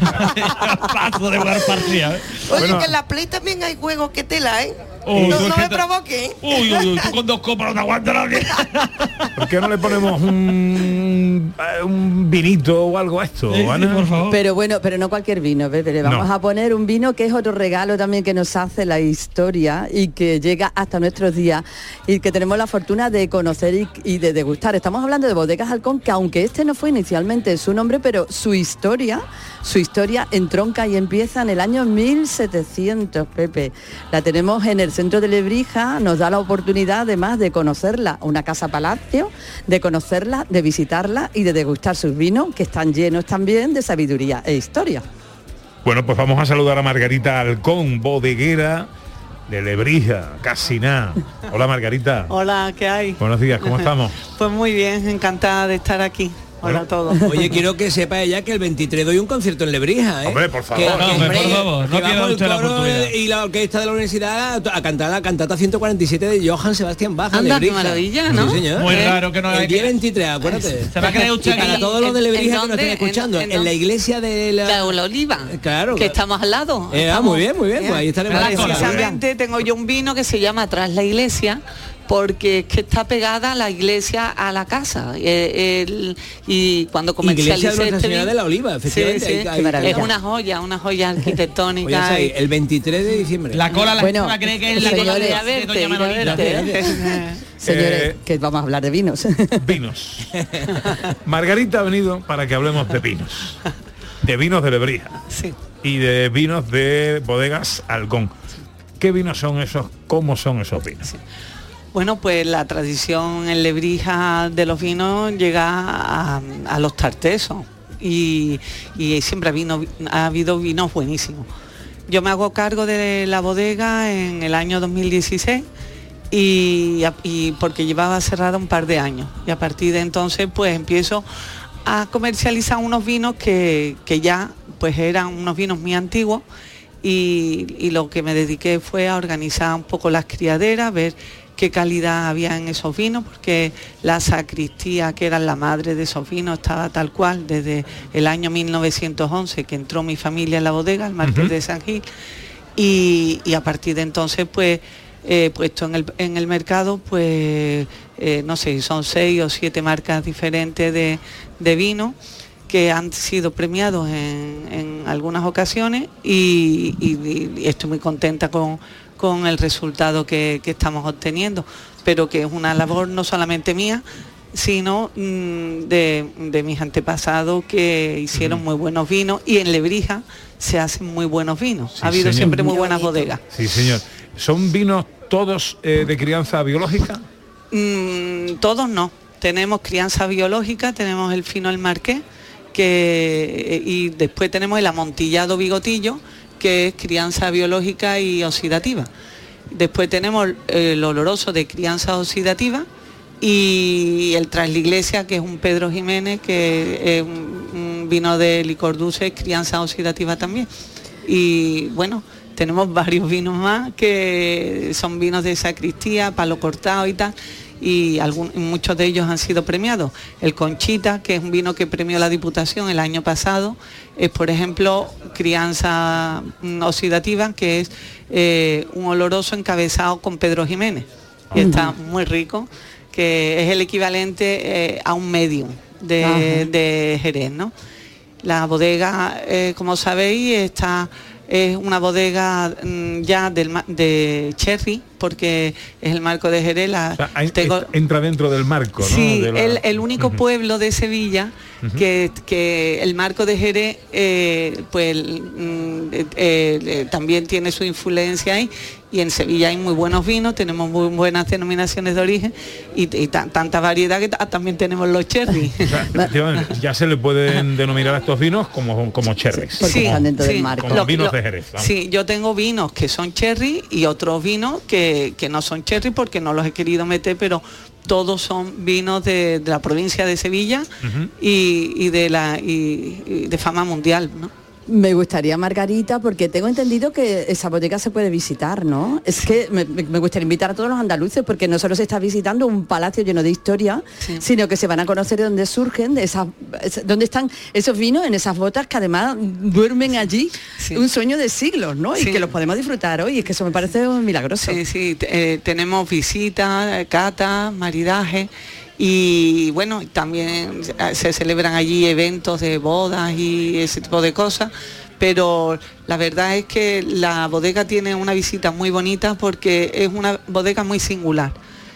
paso de jugar partida. Oye, que en la Play también hay juegos que tela, ¿eh? No me provoque. Uy, tú con 2 copas no te aguantas nadie. ¿Por qué no le ponemos un vinito o algo a esto, Ana? Por favor. Pero bueno, pero no cualquier vino, Pepe. Vamos a poner un vino que es otro regalo también que nos hace la historia y que llega hasta nuestros días y que tenemos la fortuna de conocer y de degustar. Estamos hablando de Bodegas Halcón, que aunque este no fue inicialmente su nombre, pero su historia entronca y empieza en el año 1700, Pepe. La tenemos en el centro de Lebrija, nos da la oportunidad además de conocerla, una casa palacio, de conocerla, de visitarla y de degustar sus vinos, que están llenos también de sabiduría e historia. Bueno, pues vamos a saludar a Margarita Halcón, bodeguera de Lebrija, casi nada. Hola, Margarita. Hola, ¿qué hay? Buenos días, ¿cómo estamos? Pues muy bien, encantada de estar aquí. Hola a todos. Oye, quiero que sepa ella que el 23 doy un concierto en Lebrija, ¿eh? Hombre, por favor. No pierda usted la oportunidad. Y la orquesta de la universidad a cantar la cantata 147 de Johann Sebastian Bach. Anda, qué maravilla, ¿no? Sí, señor. Muy raro que no haya... El día 23, acuérdate. Se va a creer usted aquí. Para todos los de Lebrija que nos estén escuchando, en la iglesia de la Oliva. Claro. Que estamos al lado. Muy bien, pues ahí estaremos. Precisamente tengo yo un vino que se llama Tras la Iglesia, porque es que está pegada la iglesia a la casa y cuando comercialicé Iglesia de la Oliva, efectivamente. Sí. Es una joya arquitectónica. Oye, el 23 de diciembre. La cola la gente cree que es la cola de Doña Manolita. Señores, que vamos a hablar de vinos. Vinos. Margarita ha venido para que hablemos de vinos. De vinos de Lebrija. Sí. Y de vinos de Bodegas Halcón. ¿Qué vinos son esos? ¿Cómo son esos vinos? Sí. Bueno, pues la tradición en Lebrija de los vinos llega a los tartesos y siempre ha habido vinos buenísimos. Yo me hago cargo de la bodega en el año 2016 y porque llevaba cerrada un par de años y a partir de entonces pues empiezo a comercializar unos vinos que ya pues eran unos vinos muy antiguos y lo que me dediqué fue a organizar un poco las criaderas, ver qué calidad había en esos vinos, porque la sacristía, que era la madre de esos vinos, estaba tal cual desde el año 1911 que entró mi familia en la bodega, el Marqués de San Gil, y a partir de entonces pues puesto en el mercado pues no sé, son 6 o 7 marcas diferentes de vino que han sido premiados en algunas ocasiones y estoy muy contenta con el resultado que estamos obteniendo, pero que es una labor no solamente mía, sino de mis antepasados que hicieron muy buenos vinos y en Lebrija se hacen muy buenos vinos. Sí, ha habido señor. Siempre muy buenas bodegas. Sí, señor. ¿Son vinos todos de crianza biológica? Todos no. Tenemos crianza biológica, tenemos el fino El Marqués, y después tenemos el amontillado Bigotillo, que es crianza biológica y oxidativa. Después tenemos el oloroso de crianza oxidativa y el Tras la Iglesia, que es un Pedro Jiménez, que es un vino de licor dulce, crianza oxidativa también. Y bueno, tenemos varios vinos más que son vinos de sacristía, palo cortado y tal, y muchos de ellos han sido premiados. El Conchita, que es un vino que premió la Diputación el año pasado, es por ejemplo crianza oxidativa, que es un oloroso encabezado con Pedro Jiménez, y está muy rico, que es el equivalente a un medium de Jerez, ¿no? La bodega, como sabéis, está es una bodega ya de Cherry, porque es el marco de Jerez. Entra dentro del marco, ¿no? Sí, el único pueblo de Sevilla que el marco de Jerez también tiene su influencia ahí, y en Sevilla hay muy buenos vinos, tenemos muy buenas denominaciones de origen y tanta variedad que también tenemos los cherry. Ya se le pueden denominar a estos vinos como cherries. Porque están dentro del marco. Como vinos de Jerez. Vamos. Sí, yo tengo vinos que son cherry y otros vinos que no son cherry porque no los he querido meter, pero todos son vinos de la provincia de Sevilla y de fama mundial, ¿no? Me gustaría, Margarita, porque tengo entendido que esa bodega se puede visitar, ¿no? Es que me gustaría invitar a todos los andaluces, porque no solo se está visitando un palacio lleno de historia, sino que se van a conocer de dónde surgen, dónde están esos vinos en esas botas que además duermen allí un sueño de siglos, ¿no? Y que los podemos disfrutar hoy, es que eso me parece milagroso. Sí, tenemos visitas, catas, maridaje. Y bueno, también se celebran allí eventos de bodas y ese tipo de cosas, pero la verdad es que la bodega tiene una visita muy bonita porque es una bodega muy singular.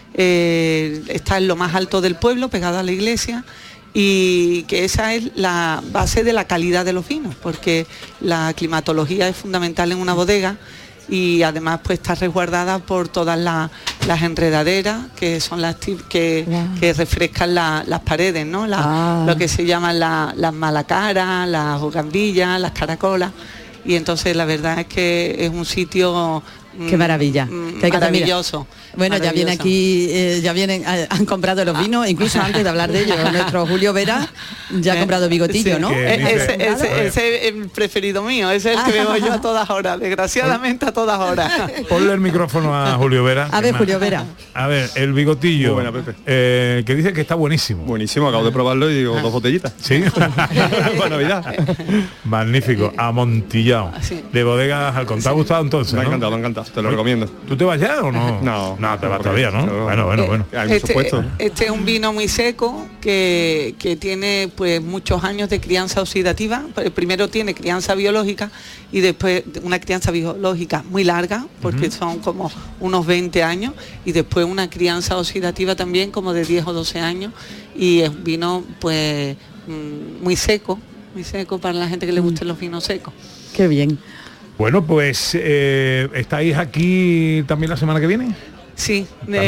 Está en lo más alto del pueblo, pegada a la iglesia, y que esa es la base de la calidad de los vinos, porque la climatología es fundamental en una bodega. Y además pues está resguardada por todas las enredaderas, que son las que refrescan las paredes, ¿no? Lo que se llaman las malacaras, las gambillas, las caracolas. Y entonces la verdad es que es un sitio qué maravilla, que hay maravilloso. Bueno, ya viene aquí, han comprado los vinos, incluso antes de hablar de ello, nuestro Julio Vera ya ha comprado bigotillo, ¿no? Ese es el preferido mío, ese es el que bebo yo a todas horas, desgraciadamente a todas horas. Ponle el micrófono a Julio Vera. A ver, Julio Vera. A ver, el bigotillo, buena, Pepe. Que dice que está buenísimo. Buenísimo, acabo de probarlo y digo 2 botellitas. Sí. Para Navidad. Magnífico, amontillado. De Bodegas Halcón. ¿Te ha gustado entonces? Me ha encantado, me ha encantado. Te lo recomiendo. ¿Tú te vas ya o no? No, te vas todavía, ¿no? Bueno. Hay muchos puestos. Este es un vino muy seco que tiene pues muchos años de crianza oxidativa. Primero tiene crianza biológica y después una crianza biológica muy larga, porque son como unos 20 años, y después una crianza oxidativa también como de 10 o 12 años, y es un vino pues muy seco para la gente que le gusten los vinos secos. Qué bien. Bueno, pues ¿estáis aquí también la semana que viene? Sí,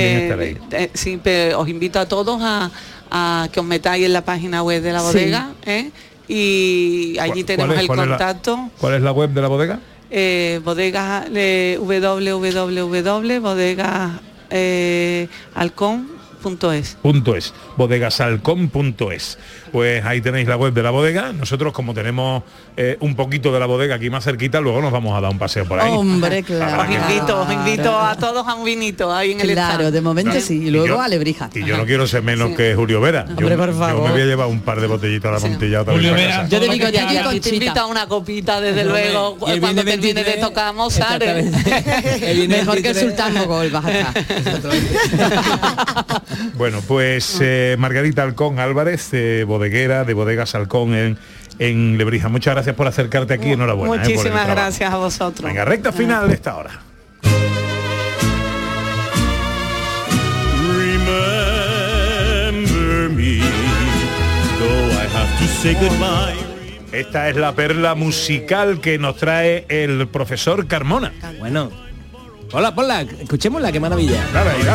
sí, pero os invito a todos a que os metáis en la página web de la bodega, y allí tenemos el contacto. ¿Cuál es la web de la bodega? Bodegas www.bodegasalcón.es. bodegasalcón.es. Pues ahí tenéis la web de la bodega. Nosotros, como tenemos un poquito de la bodega aquí más cerquita, luego nos vamos a dar un paseo por ahí. Hombre, claro. Os invito a todos a un vinito ahí en el stand. Claro, de momento sí, y luego a Lebrija. Y yo no quiero ser menos que Julio Vera. Hombre, por favor. Yo me voy a llevar un par de botellitas a la Montilla. Julio Vera. Yo te digo de aquí te invito a una copita, desde luego, cuando termine de tocar Mozart. Mejor que el Sultán Mogol, vas a estar. Bueno, pues Margarita Halcón Álvarez, bodeguera de Bodegas Halcón en Lebrija. Muchas gracias por acercarte aquí, enhorabuena. Muchísimas gracias a vosotros. Venga, recta final de esta hora. Esta es la perla musical que nos trae el profesor Carmona. Bueno. Ponla, escuchémosla, qué maravilla. Dale ahí.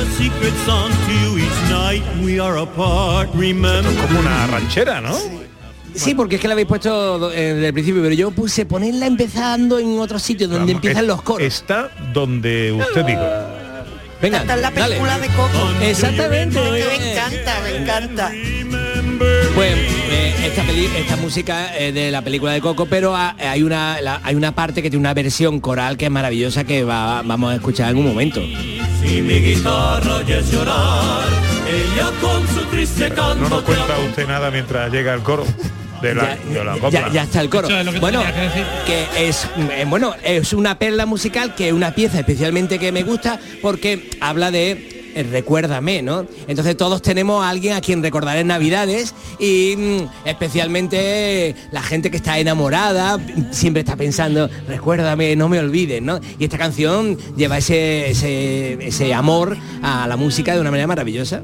Esto es como una ranchera, ¿no? Sí, porque es que la habéis puesto desde el principio, pero yo puse ponerla empezando en otro sitio donde empiezan los coros. Está donde usted diga. Venga, esta es la película de Coco. Exactamente. Me encanta. Pues esta música es de la película de Coco, pero hay una parte que tiene una versión coral que es maravillosa, que vamos a escuchar en un momento. Si mi guitarra oyes llorar, ella con su triste canto. No nos cuenta usted nada mientras llega el coro. De la copla. Ya está el coro. Bueno, que es una perla musical, que es una pieza especialmente que me gusta porque habla de Recuérdame, ¿no? Entonces todos tenemos a alguien a quien recordar en Navidades y especialmente la gente que está enamorada siempre está pensando, recuérdame, no me olvides, ¿no? Y esta canción lleva ese amor a la música de una manera maravillosa.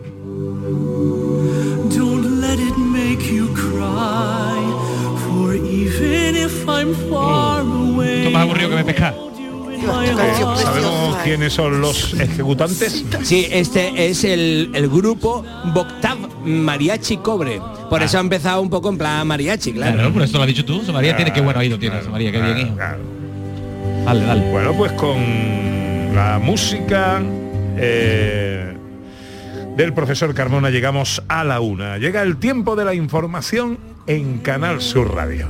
Don't let it make you cry, for even if I'm far away. Esto más aburrido que me pescar. ¿Sabemos quiénes son los ejecutantes? Sí, este es el grupo Boktav Mariachi Cobre. Por eso ha empezado un poco en plan mariachi, claro. Claro, por eso lo has dicho tú. María tiene que buen oído tiene, María, qué bien, hijo. Dale, dale. Bueno, pues con la música del profesor Carmona llegamos a la 1. Llega el tiempo de la información en Canal Sur Radio.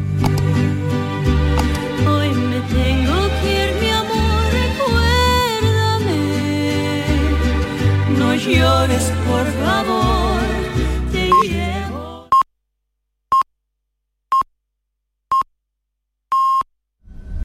Hoy me tengo que ir, mi amor, recuérdame. No llores, por favor.